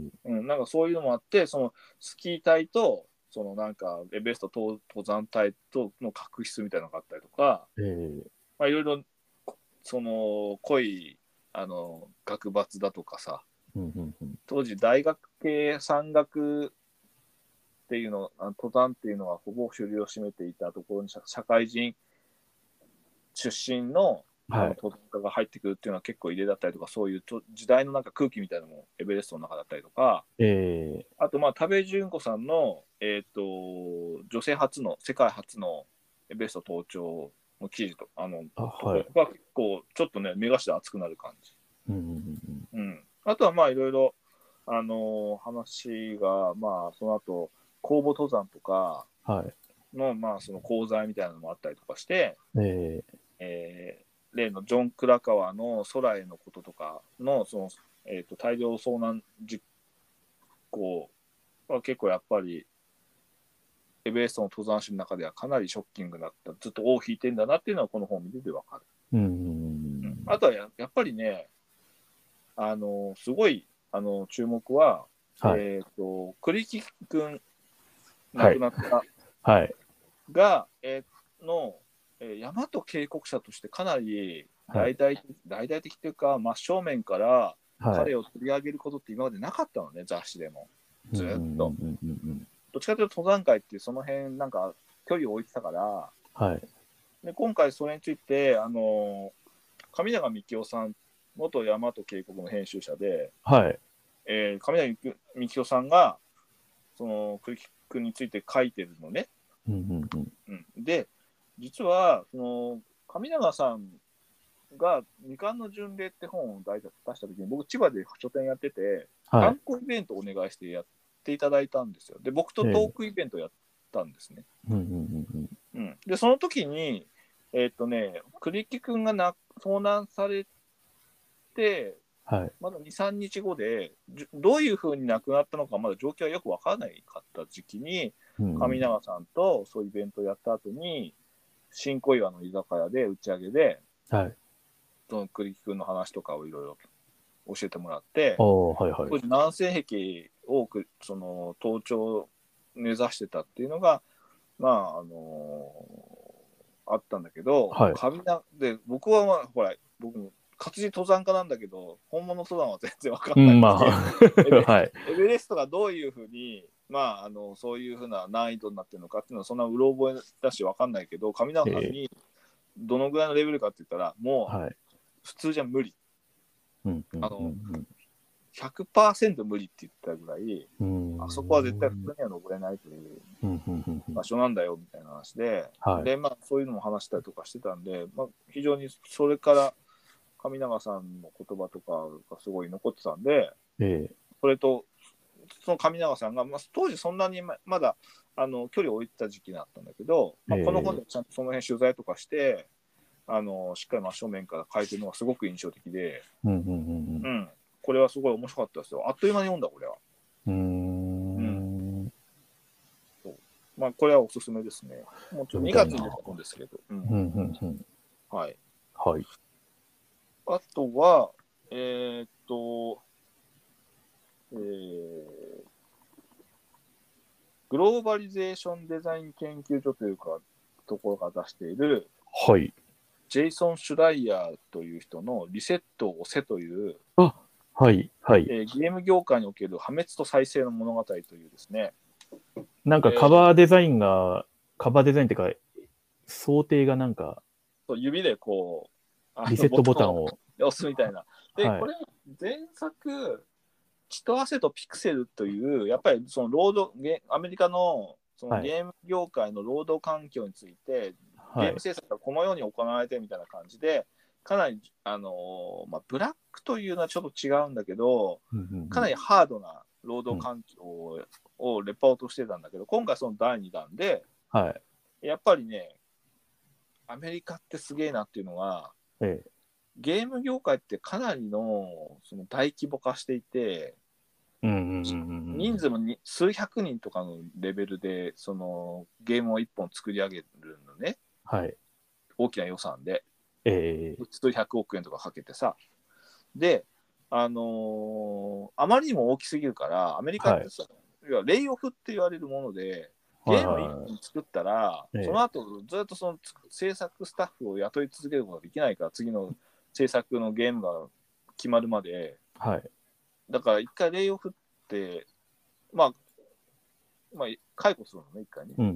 うん、なんかそういうのもあって、そのスキー隊とそのなんかエベレスト登山隊との確執みたいなのがあったりとか、 えー、 まあいろいろその濃いあの学閥だとかさ、当時大学系山岳っていうの、登山っていうのはほぼ主流を占めていたところに社会人出身の登山家が入ってくるっていうのは結構異例だったりとか、そういう時代のなんか空気みたいなのもエベレストの中だったりとか、 えー、 あとまあ田部純子さんの、えー、と女性初の世界初のエベレスト登頂の記事とあのあ、 ところが結構ちょっとね目頭熱くなる感じ。 うんうんうん、あとはまあいろいろあのー、話がまあその後公募登山とかの、はい、まあその講座みたいなのもあったりとかして、 えーえー、例のジョン・クラカワの空へのこととかのその、えー、と大量遭難実行は結構やっぱりエベレストの登山史の中ではかなりショッキングだった、ずっと尾を引いてんだなっていうのはこの本を見ててわかる。 うんうん、 あとは や, やっぱりね、あのすごいあの注目は、はい、えっ、ー、と栗木君亡くなった、 はいはい、 が、えー、の、えー、大和渓谷社としてかなり大々、はい、大々的というか真正面から彼を取り上げることって今までなかったのね、はい、雑誌でもずっと、うんうんうん、どっちかというと登山界ってその辺なんか距離を置いてたから、 はい、 で今回それについてあの上永幹夫さん元大和渓谷の編集者で、 はいえー、上永幹夫さんがその栗木君について書いてるのね。 うんうんうんうん、で実はその上永さんが未完の巡礼って本を出した時に僕千葉で書店やってて、はい、観光イベントをお願いしてやっていただいたんですよ。で僕とトークイベントやったんですね、 えーうんうんうん、でその時にえー、っとね栗木君がな遭難されて、 はい、 まだ にさんにちごでどういうふうに亡くなったのかまだ状況はよく分からないかった時期に、 上永さんとそういうイベントをやった後に、新小岩の居酒屋で打ち上げで、 はい、 その栗木君の話とかをいろいろ教えてもらって、 はいはい、 当時南西壁をその登頂を目指してたっていうのが、まああのー、あったんだけど、 はい、 上永で僕は、まあ、ほら僕も活字登山家なんだけど、本物登山は全然わかんないんで、うんまあエベはい、エベレストがどういうふうに、まあ、あのそういうふうな難易度になってるのかっていうのはそんなうろ覚えだしわかんないけど、上永さんにどのぐらいのレベルかって言ったら、もう普通じゃ無理。はい、あの ひゃくパーセント 無理って言ったぐらい、あそこは絶対普通には登れないという場所なんだよみたいな話で、はい、で、まあ、そういうのも話したりとかしてたんで、まあ、非常にそれから上永さんの言葉とかがすごい残ってたんで、ええ、それと、その上永さんが、まあ、当時そんなにまだあの距離を置いてた時期だったんだけど、まあ、この本でちゃんとその辺取材とかして、あのしっかり真正面から書いてるのがすごく印象的で、うんうんうんうんうん、これはすごい面白かったですよ。あっという間に読んだ、これは。うーん、うん、そうまあ、これはおすすめですね。もうちょっとにがつに出た本ですけど。うんうんうんうん、はい。はい。あとは、えー、っと、えー、グローバリゼーションデザイン研究所というか、ところが出している、はい。ジェイソン・シュライヤーという人のリセットを押せという、あ、はいはい、えー、ゲーム業界における破滅と再生の物語というですね。 なんかカバーデザインが、えー、カバーデザインっていうか、想定がなんか、 そう指でこう、リセットボタンを押すみたいな。で、はい、これ、前作、血と汗とピクセルという、やっぱりその労働、アメリカのそのゲーム業界の労働環境について、はい、ゲーム制作がこのように行われてるみたいな感じで、かなり、あのまあ、ブラックというのはちょっと違うんだけど、うんうんうん、かなりハードな労働環境を、うん、をレポートしてたんだけど、今回そのだいにだんで、はい、やっぱりね、アメリカってすげえなっていうのは、ええ、ゲーム業界ってかなりの、その大規模化していて、うんうんうんうん、人数もに数百人とかのレベルでそのゲームを一本作り上げるのね、はい、大きな予算で、えー、数百億円とかかけてさ、で、あのー、あまりにも大きすぎるからアメリカってさ、はい、レイオフって言われるものでゲームを一本作ったら、はいはい、その後ずっとその制作スタッフを雇い続けることができないから、次の制作のゲームが決まるまで、はい、だから一回レイオフって、まあ、まあ、解雇するのね、一回ね。うんうんうん、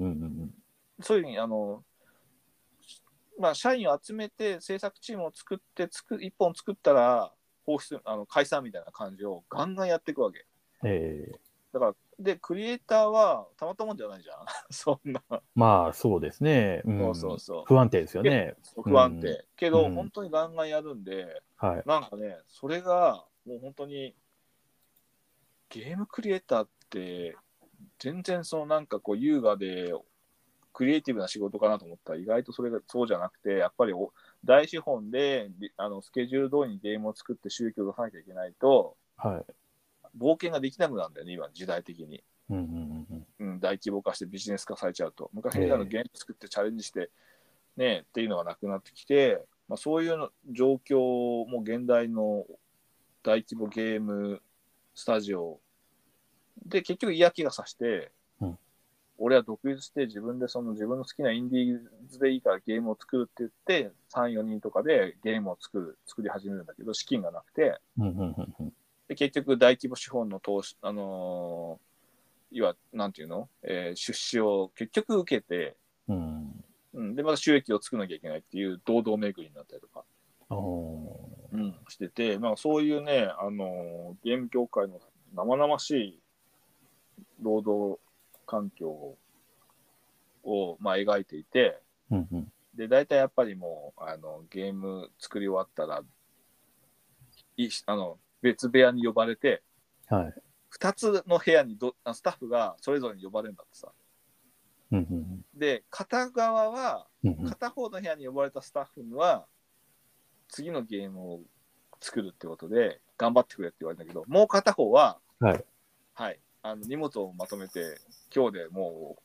そういうふうに、あの、まあ、社員を集めて制作チームを作ってつく、一本作ったら、放出、あの解散みたいな感じをガンガンやっていくわけ。えー、だから、で、クリエイターはたまったもんじゃないじゃん。そんな。 まあ、そうですね。うん、そうそうそう。不安定ですよね。 不安定。うん、けど、うん、本当にガンガンやるんで、はい、なんかね、それが、もう本当に、ゲームクリエイターって全然そのなんかこう優雅でクリエイティブな仕事かなと思ったら意外とそれがそうじゃなくて、やっぱり大資本であのスケジュール通りにゲームを作って収益を出さなきゃいけないと、はい、冒険ができなくなるんだよね、今時代的に、うんうんうんうん、大規模化してビジネス化されちゃうと、昔みたいなゲーム作ってチャレンジしてねっていうのがなくなってきて、まあ、そういう状況も現代の大規模ゲームスタジオで結局嫌気がさして、うん、俺は独立して自分でその自分の好きなインディーズでいいからゲームを作るって言ってさん、よにんとかでゲームを作る作り始めるんだけど資金がなくて、うんうんうんうん、で結局大規模資本の投資、あのー、いわなんていうの、えー、出資を結局受けて、うんうん、でまた収益を作らなきゃいけないっていう堂々巡りになったりとか、うん、してて、まあ、そういうね、あのー、ゲーム業界の生々しい労働環境を、まあ、描いていて、うんうん、で大体やっぱりもうあのゲーム作り終わったらいあの別部屋に呼ばれて、はい、ふたつの部屋にどスタッフがそれぞれに呼ばれるんだってさ、うんうん、で片側は、うんうん、片方の部屋に呼ばれたスタッフには次のゲームを作るってことで頑張ってくれって言われるんだけど、もう片方は、はいはい、あの荷物をまとめて今日でもう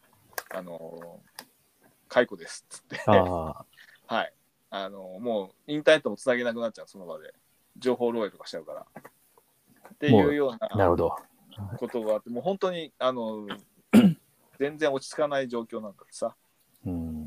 あのー、解雇ですっつってあはい、あのー、もうインターネットもつなげなくなっちゃう、その場で情報漏洩とかしちゃうからっていうようななるほどことがあって、もう本当にあの全然落ち着かない状況なんだってさ、 うん、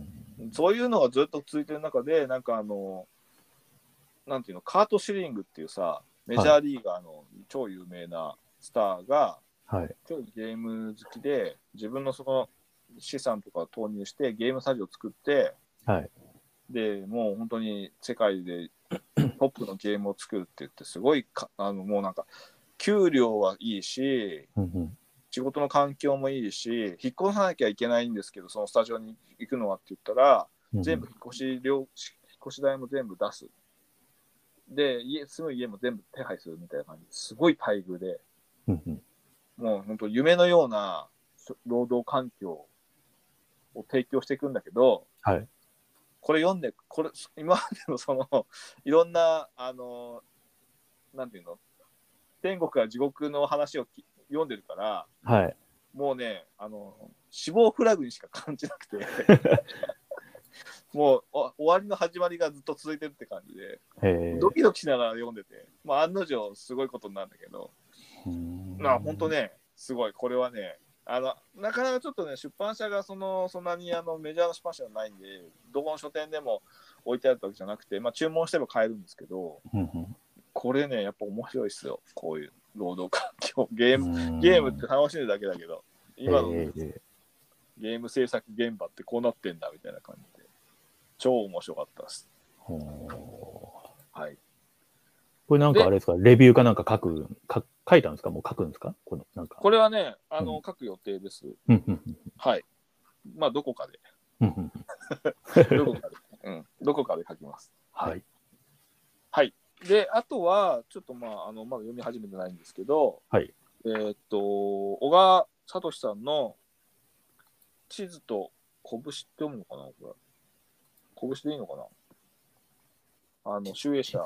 そういうのがずっと続いてる中で、なんかあのなんていうの、カート・シリングっていうさ、メジャーリーガーの超有名なスターが、 はい、 超ゲーム好きで自分のその資産とかを投入してゲームスタジオを作って、 はい、 でもう本当に世界でトップのゲームを作るって言って、すごいかあのもうなんか給料はいいし、 うんうん、 仕事の環境もいいし、引っ越さなきゃいけないんですけど、そのスタジオに行くのはって言ったら、 うんうん、 全部引っ越し料、引っ越し代も全部出す。で、家住む家も全部手配するみたいな感じですごい待遇で、 うんうん、 もう本当夢のような労働環境を提供していくんだけど、 はい、 これ読んで、これ今までのそのいろんなあのなんていうの、天国や地獄の話を読んでるから、 はい、 もうね、あの死亡フラグにしか感じなくてもう終わりの始まりがずっと続いてるって感じで、ドキドキしながら読んでて、まあ、案の定すごいことになるんだけど、まあ本当ね、すごい、これはね、あのなかなかちょっとね、出版社がそのそんなにあのメジャーな出版社じゃないんで、どこの書店でも置いてあるわけじゃなくて、まあ、注文しても買えるんですけど、 うんうん、 これね、やっぱ面白いっすよ、こういう労働環境、ゲーム、ゲームって楽しんでるだけだけど、今のゲーム制作現場ってこうなってんだみたいな感じで、超面白かったです。はい。 これなんかあれですか、レビューかなんか書く、か書いたんですか、もう書くんですか、このなんか。 これはね、あの、うん、書く予定です。はい。まあ、どこかで。どこかで、うん。どこかで書きます。 はい。 はい。で、あとは、ちょっとまあ、あの、まだ読み始めてないんですけど、 はい。 えー、っと、小川聡さんの地図と拳って読むのかな、これ。拳でいいのかな、あの、集英社。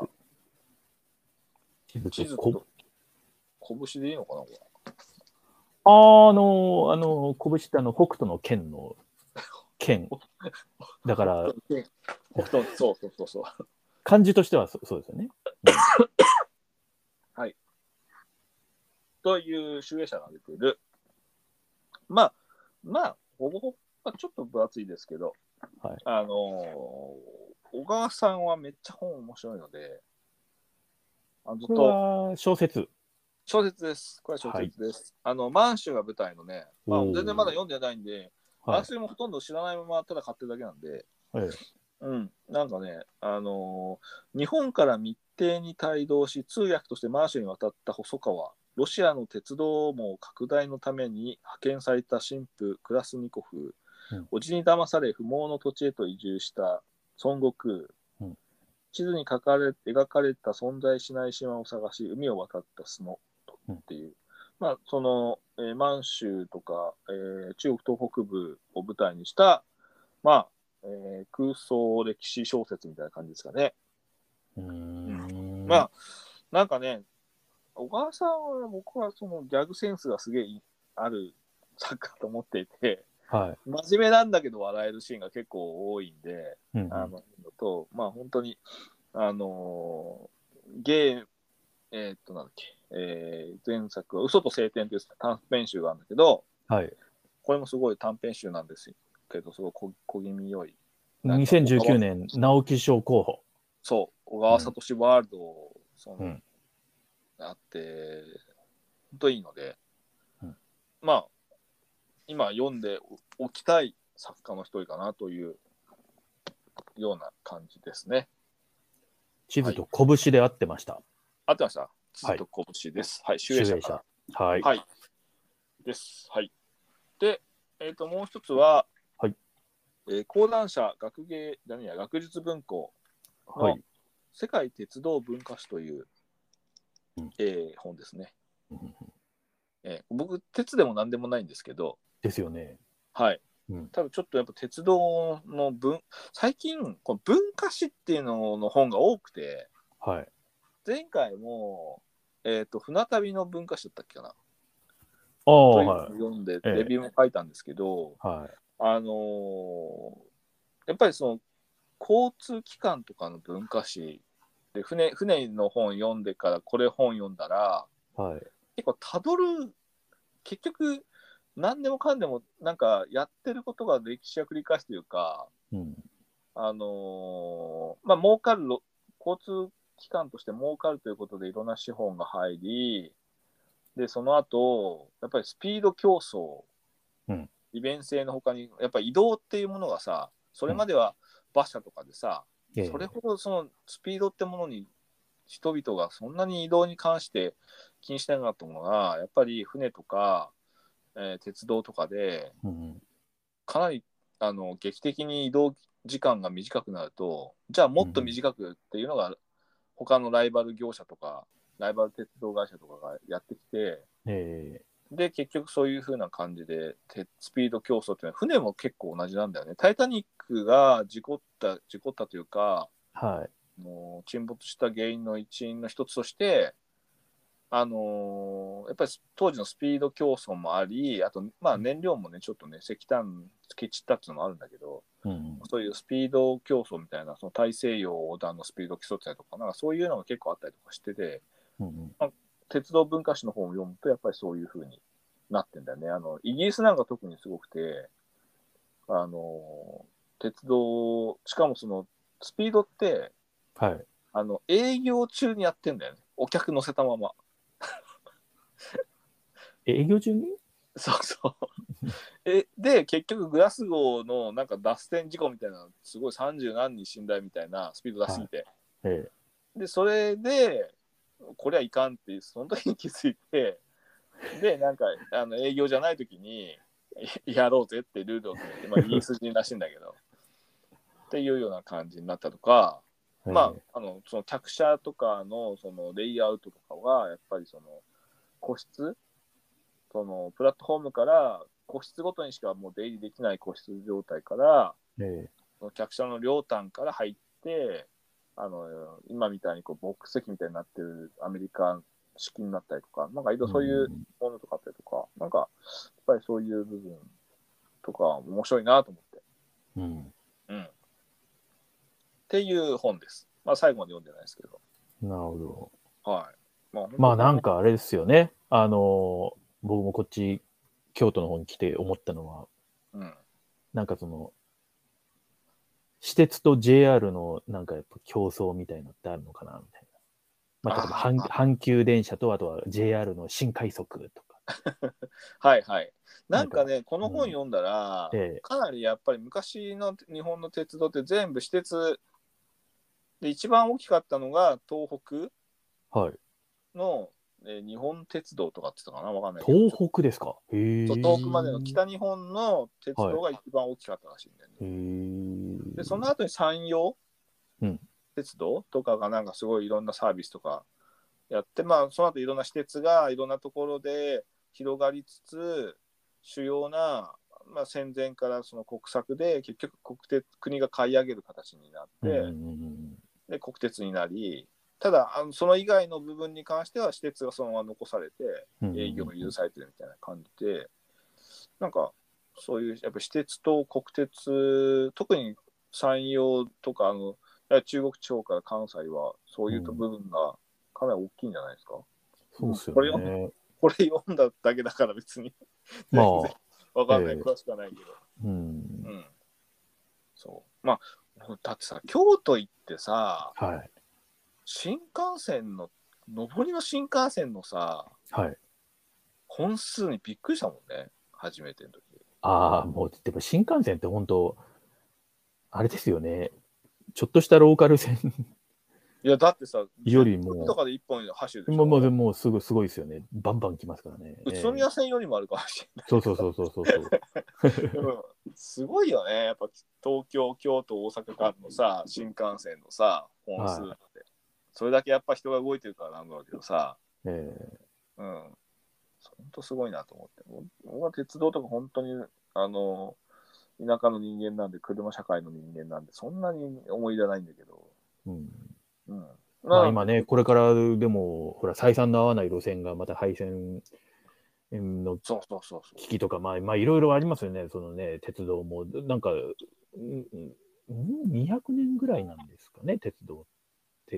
地図と地図と拳でいいのかな、これ。 あー、あの、あの、拳ってあの、北斗の剣の剣。だから、 北斗、そうそうそうそう。 漢字としてはそそうですよね。 はい。という集英社が出ている。まあ、まあ、ほぼほぼ、ちょっと分厚いですけど、 はい、 あのー、小川さんはめっちゃ本面白いので、 あのずっとこれは小説小説です。これは小説です。はい、あの、満州が舞台のね、まあ、全然まだ読んでないんで、私もほとんど知らないままただ買ってるだけなんで、はい、うん、なんかね、あのー、日本から密偵に帯同し、通訳として満州に渡った細川、ロシアの鉄道網拡大のために派遣された神父クラスニコフ、うん、おじに騙され不毛の土地へと移住した孫悟空、うん、地図に描かれ描かれた存在しない島を探し海を渡ったスノっていう、うん、まあその、えー、満州とか、えー、中国東北部を舞台にしたまあ、えー、空想歴史小説みたいな感じですかね。 うーん、 まあなんかね、小川さんは僕はそのギャグセンスがすげえある作家と思っていて、はい、真面目なんだけど笑えるシーンが結構多いんで、うんうん、あのとまあ本当にあのー、ゲーえー、っとなんだっけ、えー、前作は嘘と晴天という短編集があるんだけど、はい、これもすごい短編集なんですけど、すごい小小気味良い。 にせんじゅうきゅうねん直木賞候補。 そう、小川聡ワールドをその、うん、あって本当いいので、うん、まあ今読んでおきたい作家の一人かなというような感じですね。 地図と拳で合ってました。はい、 合ってました。地図と拳です。はい、集英社から。はい、はい。です。はい。で、えっ、ー、ともう一つは、はい、えー、講談社学芸何や学術文庫の世界鉄道文化史という、はい、えー、本ですね。うんえー、僕鉄でも何でもないんですけど。 ですよね。 はい。うん、多分ちょっとやっぱ鉄道の文最近この文化史っていうのの本が多くて、はい、前回も、えーと、船旅の文化史だったっけかな。というのを読んでレビューも書いたんですけど、はい、 あのー、やっぱりその交通機関とかの文化史で船、船の本読んでからこれ本読んだら、 はい、 結構たどる、結局何でもかんでもなんかやってることが歴史を繰り返すというか、 うん、あのー、まあ儲かる交通機関として儲かるということでいろんな資本が入り、でその後やっぱりスピード競争、うん、利便性のほかにやっぱり移動っていうものがさ、それまでは馬車とかでさ、うん、それほどそのスピードってものに人々がそんなに移動に関して気にしてなかったものが、やっぱり船とか、えー、鉄道とかでかなりあの劇的に移動時間が短くなると、じゃあもっと短くっていうのが他のライバル業者とかライバル鉄道会社とかがやってきて、 えー、で結局そういう風な感じでスピード競争っていうのは船も結構同じなんだよね。タイタニックが事故った事故ったというか、 はい、 もう沈没した原因の一因の一つとして、あのー、やっぱり当時のスピード競争もあり、あとまあ燃料もねちょっとね石炭ケチったっていうのもあるんだけど、うん、そういうスピード競争みたいな、その大西洋横断のスピード競ったりとか、なんかそういうのが結構あったりとかしてて、うんまあ、鉄道文化史の本を読むとやっぱりそういう風になってんだよね。あのイギリスなんか特にすごくて、あの鉄道しかもそのスピードって、 はい、 あの営業中にやってんだよね。お客乗せたまま。 営業中にそうそうえで結局グラスゴーのなんか脱線事故みたいな、すごいさんじゅう何人死んだみたいなスピード出しすぎて、はいええ、でそれでこれはいかんってその時に気づいて、でなんかあの営業じゃない時にやろうぜってルールを決めて、まあ、イギリス人らしいんだけどっていうような感じになったとか、まあ、あのその客車とかのそのレイアウトとかはやっぱりその個室、そのプラットフォームから個室ごとにしかもう出入りできない個室状態から、えその客車の両端から入って、あの今みたいにこうボックス席みたいになってるアメリカ式になったりとか、なんかいろいろそういうものとかあったりとか、うん、なんかやっぱりそういう部分とか面白いなと思って。うんうん、っていう本です。まあ最後まで読んでないですけど。 なるほど。はい。 まあ、まあなんかあれですよね。あの、僕もこっち、京都の方に来て思ったのは、うん、なんかその、私鉄と ジェイアール のなんかやっぱ競争みたいなのってあるのかなみたいな。まあ、例えば阪阪急電車とあとは ジェイアール の新快速とか。 はいはい。なんかね、なんかこの本読んだら、うんええ、かなりやっぱり昔の日本の鉄道って全部私鉄で、一番大きかったのが東北の、はいえー、日本鉄道とかって言ったかな、わかんないけど。 東北ですか。へー。 東北までの北日本の鉄道が一番大きかったらしいんだよね。はい、へー。で、その後に山陽、うん、鉄道とかがなんかすごいいろんなサービスとかやって、まあその後いろんな私鉄がいろんなところで広がりつつ、主要な、まあ、戦前からその国策で結局国鉄国が買い上げる形になって、うん、で国鉄になり、ただあのその以外の部分に関しては私鉄がそのまま残されて営業が許されてるみたいな感じで、うん、なんかそういうやっぱ私鉄と国鉄、特に山陽とかあの中国地方から関西はそういう部分がかなり大きいんじゃないですか。 うん、そうですよね。 これ読んだだけだから別に全然わかんない、えー、詳しくはないけど、うん、うん、そうまあだってさ京都行ってさ、はい、新幹線の上りの新幹線のさ、はい、本数にびっくりしたもんね、初めての時。 ああもうでも新幹線って本当あれですよね、ちょっとしたローカル線いやだってさ、 よりもとかでいっぽん走るでしょ。もうもうすごいすごいですよね。バンバン来ますからね。 宇都宮線よりもあるかもしれない。 そうそうそうそうそうそう、 うん。すごいよね。やっぱ東京、京都、大阪間のさ、新幹線のさ、本数って、はい。それだけやっぱ人が動いてるからなんだけどさ。えー、うん。本当すごいなと思って。僕は鉄道とか本当に、あの、田舎の人間なんで、車社会の人間なんで、そんなに思い入れないんだけど。うん。 うん、まあ今ね、これからでも、ほら、採算の合わない路線がまた廃線のそうそうそうそう。 危機とか、まあ、まあ、いろいろありますよね、そのね、鉄道も。なんか、うんにひゃくねんぐらいなんですかね、鉄道って。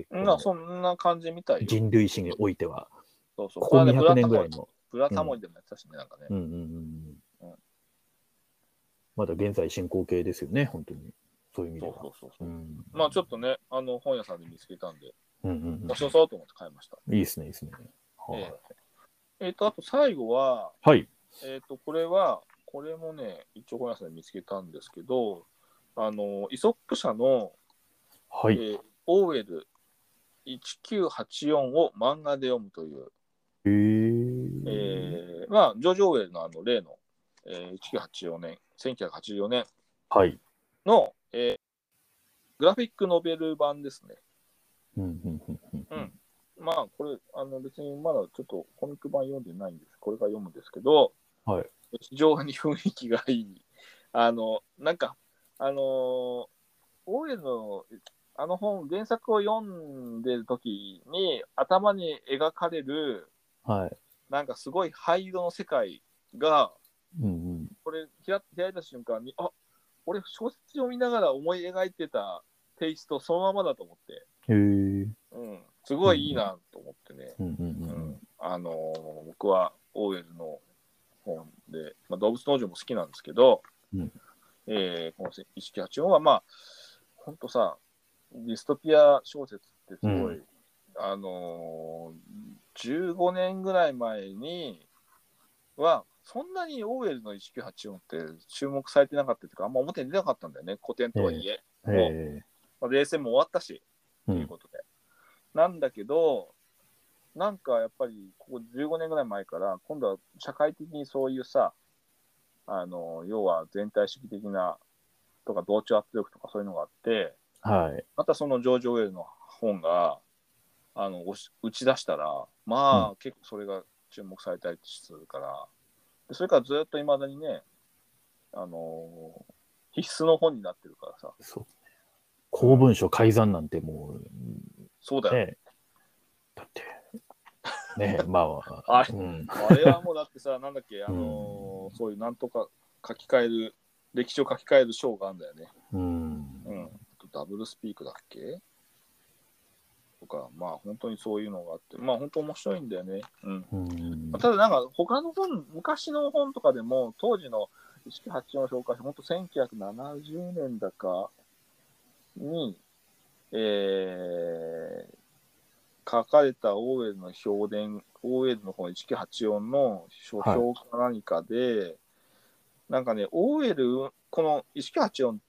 まあ、そんな感じみたいよ。 人類史においては。 そうそう。 ここにひゃくねんぐらいの。 ブラタモリでもやってたしね、なんかね。 うんうんうん。まだ現在進行形ですよね、本当に。そういう意味では。 そうそうそう。まあちょっとね、あの本屋さんで見つけたんで、 うんうんうん、 面白そうと思って買いました。 いいですね、いいですね。 えー、えーと、あと最後は、 はい。 えっと、これは、これもね、一応本屋さんで見つけたんですけど、あの、イソップ社の、 はい。 えー、オーエルせんきゅうひゃくはちじゅうよんを漫画で読むという、 へーえー、まあ、ジョージ・オーウェルのあの例の、えー、せんきゅうひゃくはちじゅうよねん、せんきゅうひゃくはちじゅうよねんの、はい、えー、グラフィックノベル版ですね。 うんうんうんうん。まあ、これ、あの別にまだちょっとコミック版読んでないんです。これから読むんですけど、 はい、 非常に雰囲気がいい。あの、なんか、あのー、オーエルのあの本、原作を読んでるときに頭に描かれる、 はい、 なんかすごい灰色の世界が、 うんうん、 これ開いた瞬間に、あ、俺小説読みながら思い描いてたテイストそのままだと思って、 へーうん、すごいいいなと思ってね、 うんうんうんうん、 あのー、僕はオーエルの本で、まあ、動物農場も好きなんですけど、 うんえー、このせんきゅうひゃくはちじゅうよんはまあほんとさ、ディストピア小説ってすごい、うん、あのー、じゅうごねんぐらい前にはそんなにオーエルのせんきゅうひゃくはちじゅうよんって注目されてなかったというか、あんま表に出なかったんだよね、古典とはいえ。えー、もう、えーまあ、冷戦も終わったし、と、うん、いうことで。なんだけど、なんかやっぱりここじゅうごねんぐらい前から今度は社会的にそういうさ、あの要は全体主義的なとか同調圧力とかそういうのがあって、 はい、 またそのジョージ・オーウェルの本があの打ち出したら、まあ、うん、結構それが注目されたりするから、でそれからずっといまだにね、あのー、必須の本になってるからさ。 そう公文書改ざんなんてもう、うん、 そうだよ、ね、 だってねまああれ、うん、あれはもうだってさ、なんだっけ、あのーうん、そういうなんとか書き換える歴史を書き換える章があるんだよね。うん。うん、ダブルスピークだっけとか、まあ本当にそういうのがあって、まあ本当面白いんだよね。うん。うんただなんか他の本、昔の本とかでも当時のせんきゅうひゃくはちじゅうよんを紹介して、本当せんきゅうひゃくななじゅうねんだかに、えー、書かれたオーウェルの評伝、オーウェルの本せんきゅうひゃくはちじゅうよんの書評か何かで、はい、なんかね、オーウェル、このせんきゅうひゃくはちじゅうよんって、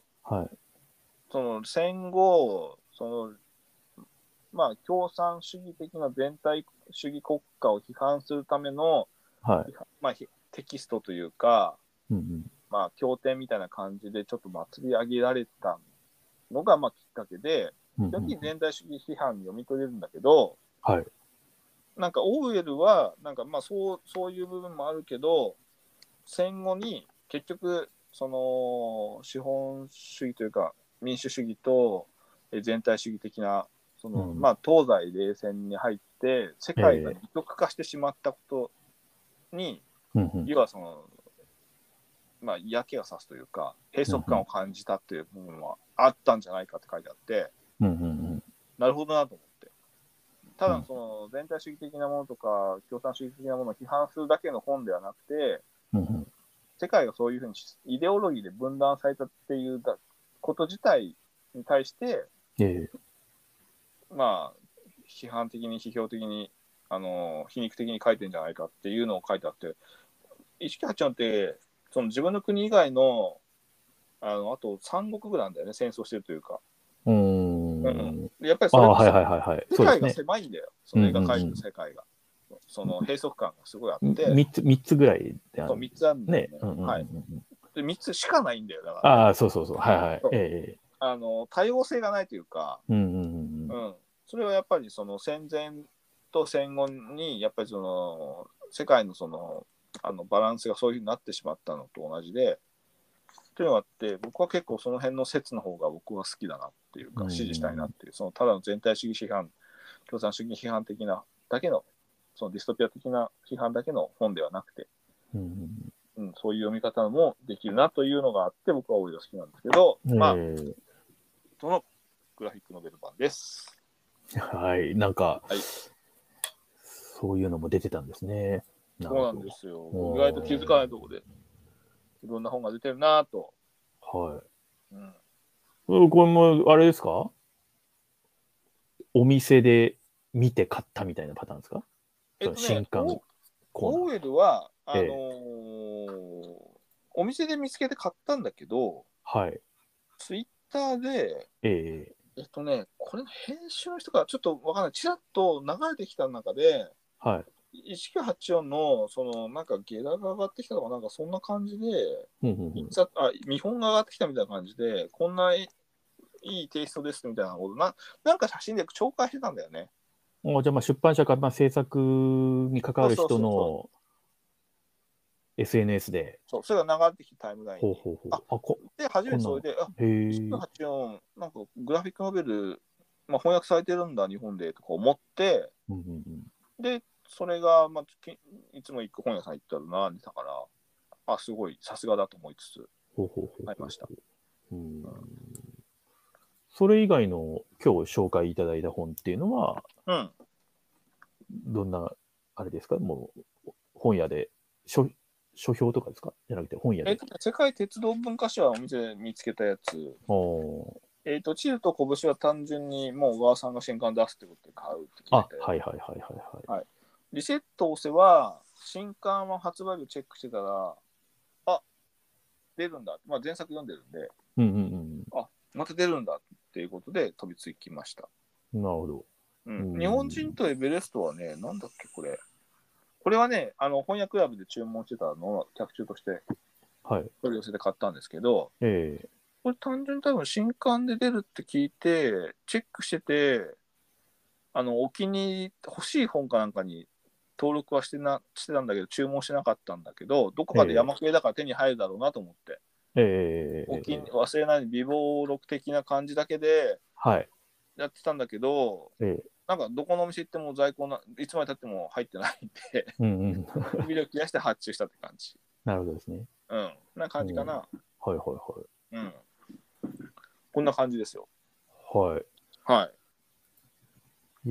はい、その戦後、そのまあ、共産主義的な全体主義国家を批判するための、はいまあ、テキストというか、うんうんまあ、経典みたいな感じでちょっと祭り上げられたのが、まあ、きっかけで、基本的に全体主義批判に読み取れるんだけど、はい、なんかオーウェルはなんかまあそうそういう部分もあるけど、戦後に結局その資本主義というか民主主義と全体主義的なその、うんまあ、東西冷戦に入って世界が二極化してしまったことに、えー、要はその、まあ、嫌気がさすというか閉塞感を感じたっていう部分はあったんじゃないかって書いてあって、うんうんうん、なるほどなと思って、ただその全体主義的なものとか共産主義的なものを批判するだけの本ではなくて、うんうん、世界がそういうふうにイデオロギーで分断されたっていうこと自体に対して、えー、まあ批判的に批評的にあの皮肉的に書いてるんじゃないかっていうのを書いてあって、せんきゅうひゃくはちじゅうよんってその自分の国以外のあのあとさん国ぐらいなんだよね、戦争してるというか。うん、うん、やっぱりそれこそ、はいはいはい、世界が狭いんだよ、その絵が描いてる世界が。うんうんうん、その閉塞感がすごいあって。 みっつ、みっつぐらいである。そう、みっつあるんだよね。ねうんうんうん、はい。で、みっつしかないんだよ、だから、 ね。ああ、そうそうそう。はいはい。ええあの多様性がないというか、うんうんうんうん、それはやっぱりその戦前と戦後にやっぱりその世界のそのあのバランスがそういうふうになってしまったのと同じで、というのがあって、僕は結構その辺の説の方が僕は好きだなっていうか、支持したいなっていう、そのただの全体主義批判、共産主義批判的なだけのそのディストピア的な批判だけの本ではなくて、 うんうん、そういう読み方もできるなというのがあって、僕はオイド好きなんですけど、えー、まあ、そのグラフィックノベル版です。 はい、なんか、 はい、 そういうのも出てたんですね。 そうなんですよ。意外と気づかないところで、いろんな本が出てるなと。 はい。 うん、 これも、あれですか？お店で見て買ったみたいなパターンですか？ えっとね、 新刊コーエルは、あのーええ、お店で見つけて買ったんだけど、 はい。 ツイッターで、 ええっとね、これの編集の人がちょっとわかんない、ちらっと流れてきた中で、 はい。 いちきゅうはちよんの、その、なんかゲラが上がってきたとか、なんかそんな感じで、 うんうんうん、 あ、見本が上がってきたみたいな感じで、こんないいテイストですみたいなことな、なんか写真で紹介してたんだよね。 おじゃあ、まあ出版社か、まあ、制作に関わる人の エスエヌエス で。 そう、それが流れてきたタイムラインに。 ほうほうほう。あ、こで、初めてそれで、あ、いちきゅうはちよん、なんかグラフィックノベル、まあ、翻訳されてるんだ、日本でとか思って、 うんうんうん、 で、それが、まあ、いつも行く本屋さん行ったら並んでたから、あ、すごい、さすがだと思いつつ、買いました。 うん、それ以外の今日紹介いただいた本っていうのは、 うん、 どんな、あれですか？もう、本屋で、書書評とかですか？じゃなくて本屋で。 えっと、世界鉄道文化史はお店で見つけたやつ。えっと、地図と拳は単純にもう小川さんが新刊出すってことで買うって決めて。 あ、はいはいはいはいはい。 はい、リセット押せは、新刊は発売日チェックしてたら、あ、出るんだ。まあ、前作読んでるんで、 うんうんうん、 あ、また出るんだっていうことで飛びつきました。 なるほど。 うん、日本人とエベレストはね、なんだっけ、これ。これはね、あの翻訳クラブで注文してたのを客中として取り寄せて買ったんですけど、 ええ、 これ単純に多分新刊で出るって聞いて、チェックしてて、あのお気に欲しい本かなんかに登録はしてなしてたんだけど、注文してなかったんだけど、どこかで山系だから手に入るだろうなと思って。ええ、お気に忘れない備忘録的な感じだけでやってたんだけど、はい、ええ、なんかどこのお店行っても在庫ないつまでたっても入ってないんで、うんうん、魅力切らして発注したって感じ。 なるほどですね。 うん、な感じかな。うん、 はいはいはい。 うん。こんな感じですよ。 はい。 はい。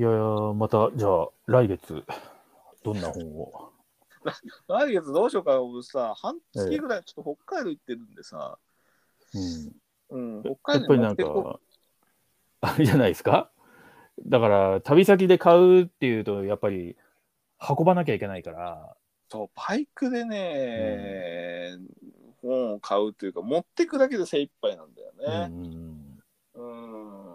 いやー、また、じゃあ、来月、どんな本を来月どうしようか、俺さ、半月ぐらいちょっと北海道行ってるんでさ、 ええ、 うん、うん、北海道に持ってこやっぱりなんか、あれじゃないですか？だから、旅先で買うっていうと、やっぱり、運ばなきゃいけないから。 そう、バイクでね、うん、本を買うというか、持ってくだけで精一杯なんだよね。うん、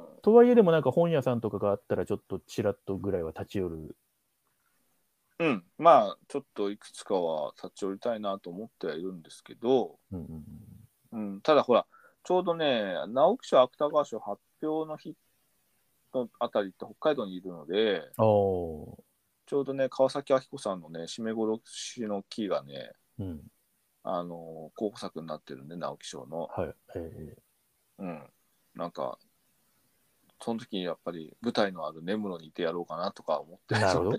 うん、とはいえ、でもなんか本屋さんとかがあったら、ちょっとちらっとぐらいは立ち寄る。 うん、まあ、ちょっといくつかは立ち寄りたいなと思ってはいるんですけど、うんうんうん、ただほら、ちょうどね、直木賞、芥川賞発表の日のあたりって北海道にいるので、ちょうどね、川崎明子さんのね、締め殺しの木がね、うん、あの候補作になってるんで、直木賞の。はい。えー、うん。なんか、その時にやっぱり舞台のある根室にいてやろうかなとか思って。なるほど。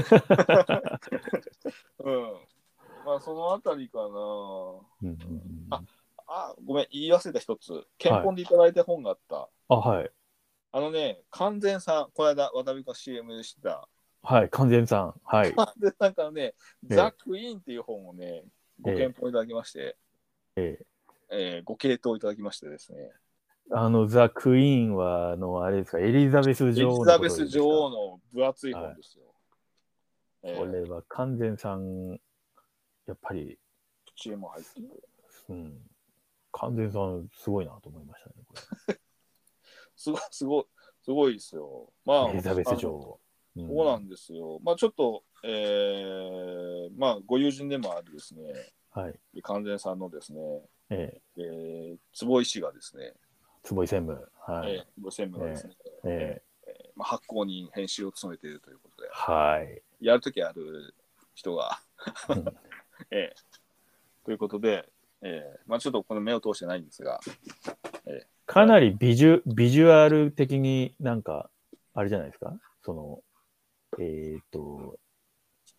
うん。まあ、そのあたりかな。うんうんうん、あ、あ、ごめん、言い忘れた一つ。憲本でいただいた本があった。はい、あ、はい。あのね、完全さん、この間、渡辺が シーエム でしてた。はい、完全さん。はい。完全さんからね、ザ・クイーンっていう本をね、ご検討いただきまして、えええー、ご系統いただきましてですね。 あの、ザ・クイーンは、あの、あれですか、エリザベス女王の。 エリザベス女王の分厚い本ですよ。 はい、えー、これは完全さん、やっぱり。 知恵も入ってて。 うん。完全さん、すごいなと思いましたね、これ。 すごい、すごい、すごいですよ。まあ、 エリザベス女王。 そうなんですよ。まあ、ちょっと、えー、まあ、ご友人でもあるですね、はい、完全さんのですね、えーえー、坪井氏がですね、 坪井専務、はい、 えー、坪井専務がですね、えーえーえーまあ、発行人、編集を務めているということで、はい、やるときある人が、えー、ということで、えーまあ、ちょっとこの目を通してないんですが、 えー、かなりビジュ、ビジュアル的になんか、あれじゃないですか、その、えっと、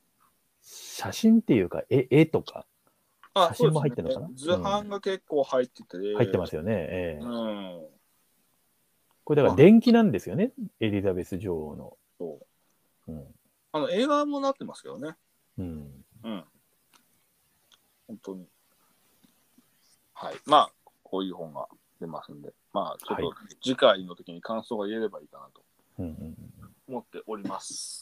写真っていうか、絵絵とか、写真も入ってるのかな、 ね、図版が結構入ってて、 うん、入ってますよね。えー、 うん。 これだから伝記なんですよね、エリザベス女王の。 そう。 うん、 あの映画もなってますけどね。 うん。 うん。本当に。はい。まあ、こういう本が出ますんで、まあ、ちょっと次回の時に感想が言えればいいかなと思っております。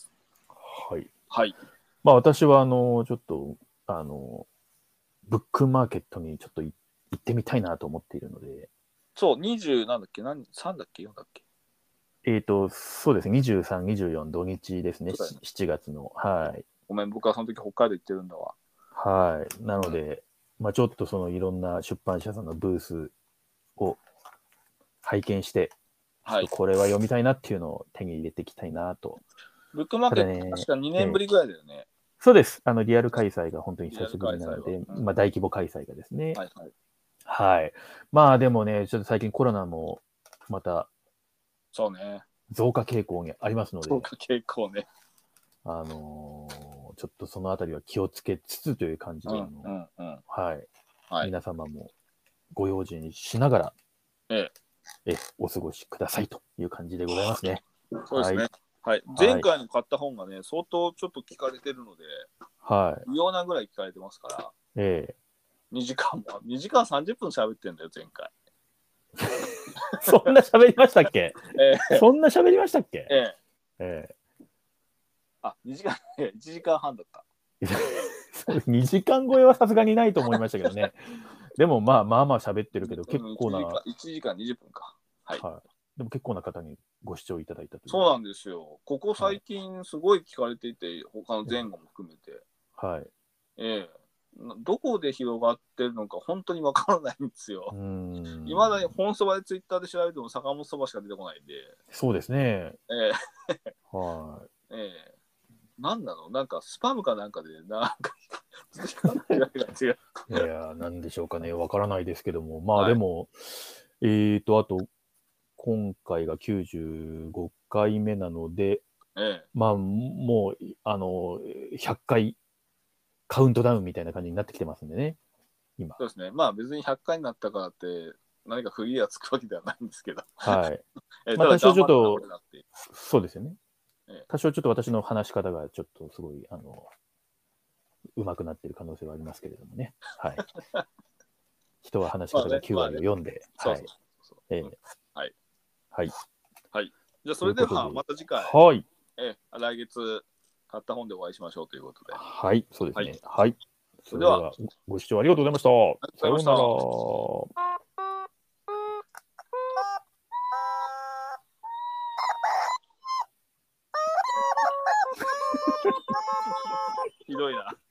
はい。 はい。 まあ、私は、あの、ちょっと、あの、ブックマーケットにちょっと行ってみたいなと思っているので。 そう、にじゅうなんだっけ、何、さんだっけ、よんだっけ。 えっと、そうですね、にじゅうさん、にじゅうよん土日ですね、ねしちがつの。はい。 ごめん、僕はその時北海道行ってるんだわ。 はい。なので、うん、まあちょっとそのいろんな出版社さんのブースを拝見して、はい、これは読みたいなっていうのを手に入れていきたいなと。 ブックマーケット、ね、確かにねんぶりぐらいだよね、えー。 そうです。あの、リアル開催が本当に久しぶりなので、うん、まあ大規模開催がですね。はい、はい。はい。まあでもね、ちょっと最近コロナもまた、 そうね。 増加傾向にありますので。 増加傾向ね。 あのー、ちょっとそのあたりは気をつけつつという感じで、うんうんうん、はい、はい。皆様もご用心しながら、ええ、えお過ごしくださいという感じでございますね。 そうですね。はい。はい、前回に買った本がね、相当ちょっと聞かれてるので、はい。異様なぐらい聞かれてますから、ええ、にじかんも、にじかんさんじゅっぷん喋ってんだよ、前回。 そんな喋りましたっけ、ええ、そんな喋りましたっけ、ええええ、あ、にじかん、いちじかんはんだった。 にじかん超えはさすがにないと思いましたけどね。でもまあまあまあ喋ってるけど、結構な。 いちじかんにじゅっぷんか。はい。はい、 でも結構な方にご視聴いただいたという。 そうなんですよ。ここ最近すごい聞かれていて、はい、他の前後も含めて。はい。ええどこで広がってるのか本当にわからないんですよ。いまだに本そばでツイッターで調べても坂本そばしか出てこないんで。 そうですね。 ええはい。ええなんなのなんかスパムかなんかで、なんかいや、なんでしょうかね。わからないですけども。まあでも、はい、えっと、あと、今回がきゅうじゅうごかいめなので、ええ、まあ、もう、あの、ひゃっかいカウントダウンみたいな感じになってきてますんでね。今。 そうですね。まあ別にひゃっかいになったからって、何かフリーがつくわけではないんですけど。 はい。えまあ多少ちょっと、そうですよね。多少ちょっと私の話し方がちょっとすごい、あの、うまくなっている可能性はありますけれどもね。はい。人は話し方がきゅうわりを読んで。はい。 はい。 はい。 はい。じゃあそれではまた次回。 はい。 え来月買った本でお会いしましょうということで。 はい。そうですね。はい。それではご視聴ありがとうございました。さようなら。 ひどいな。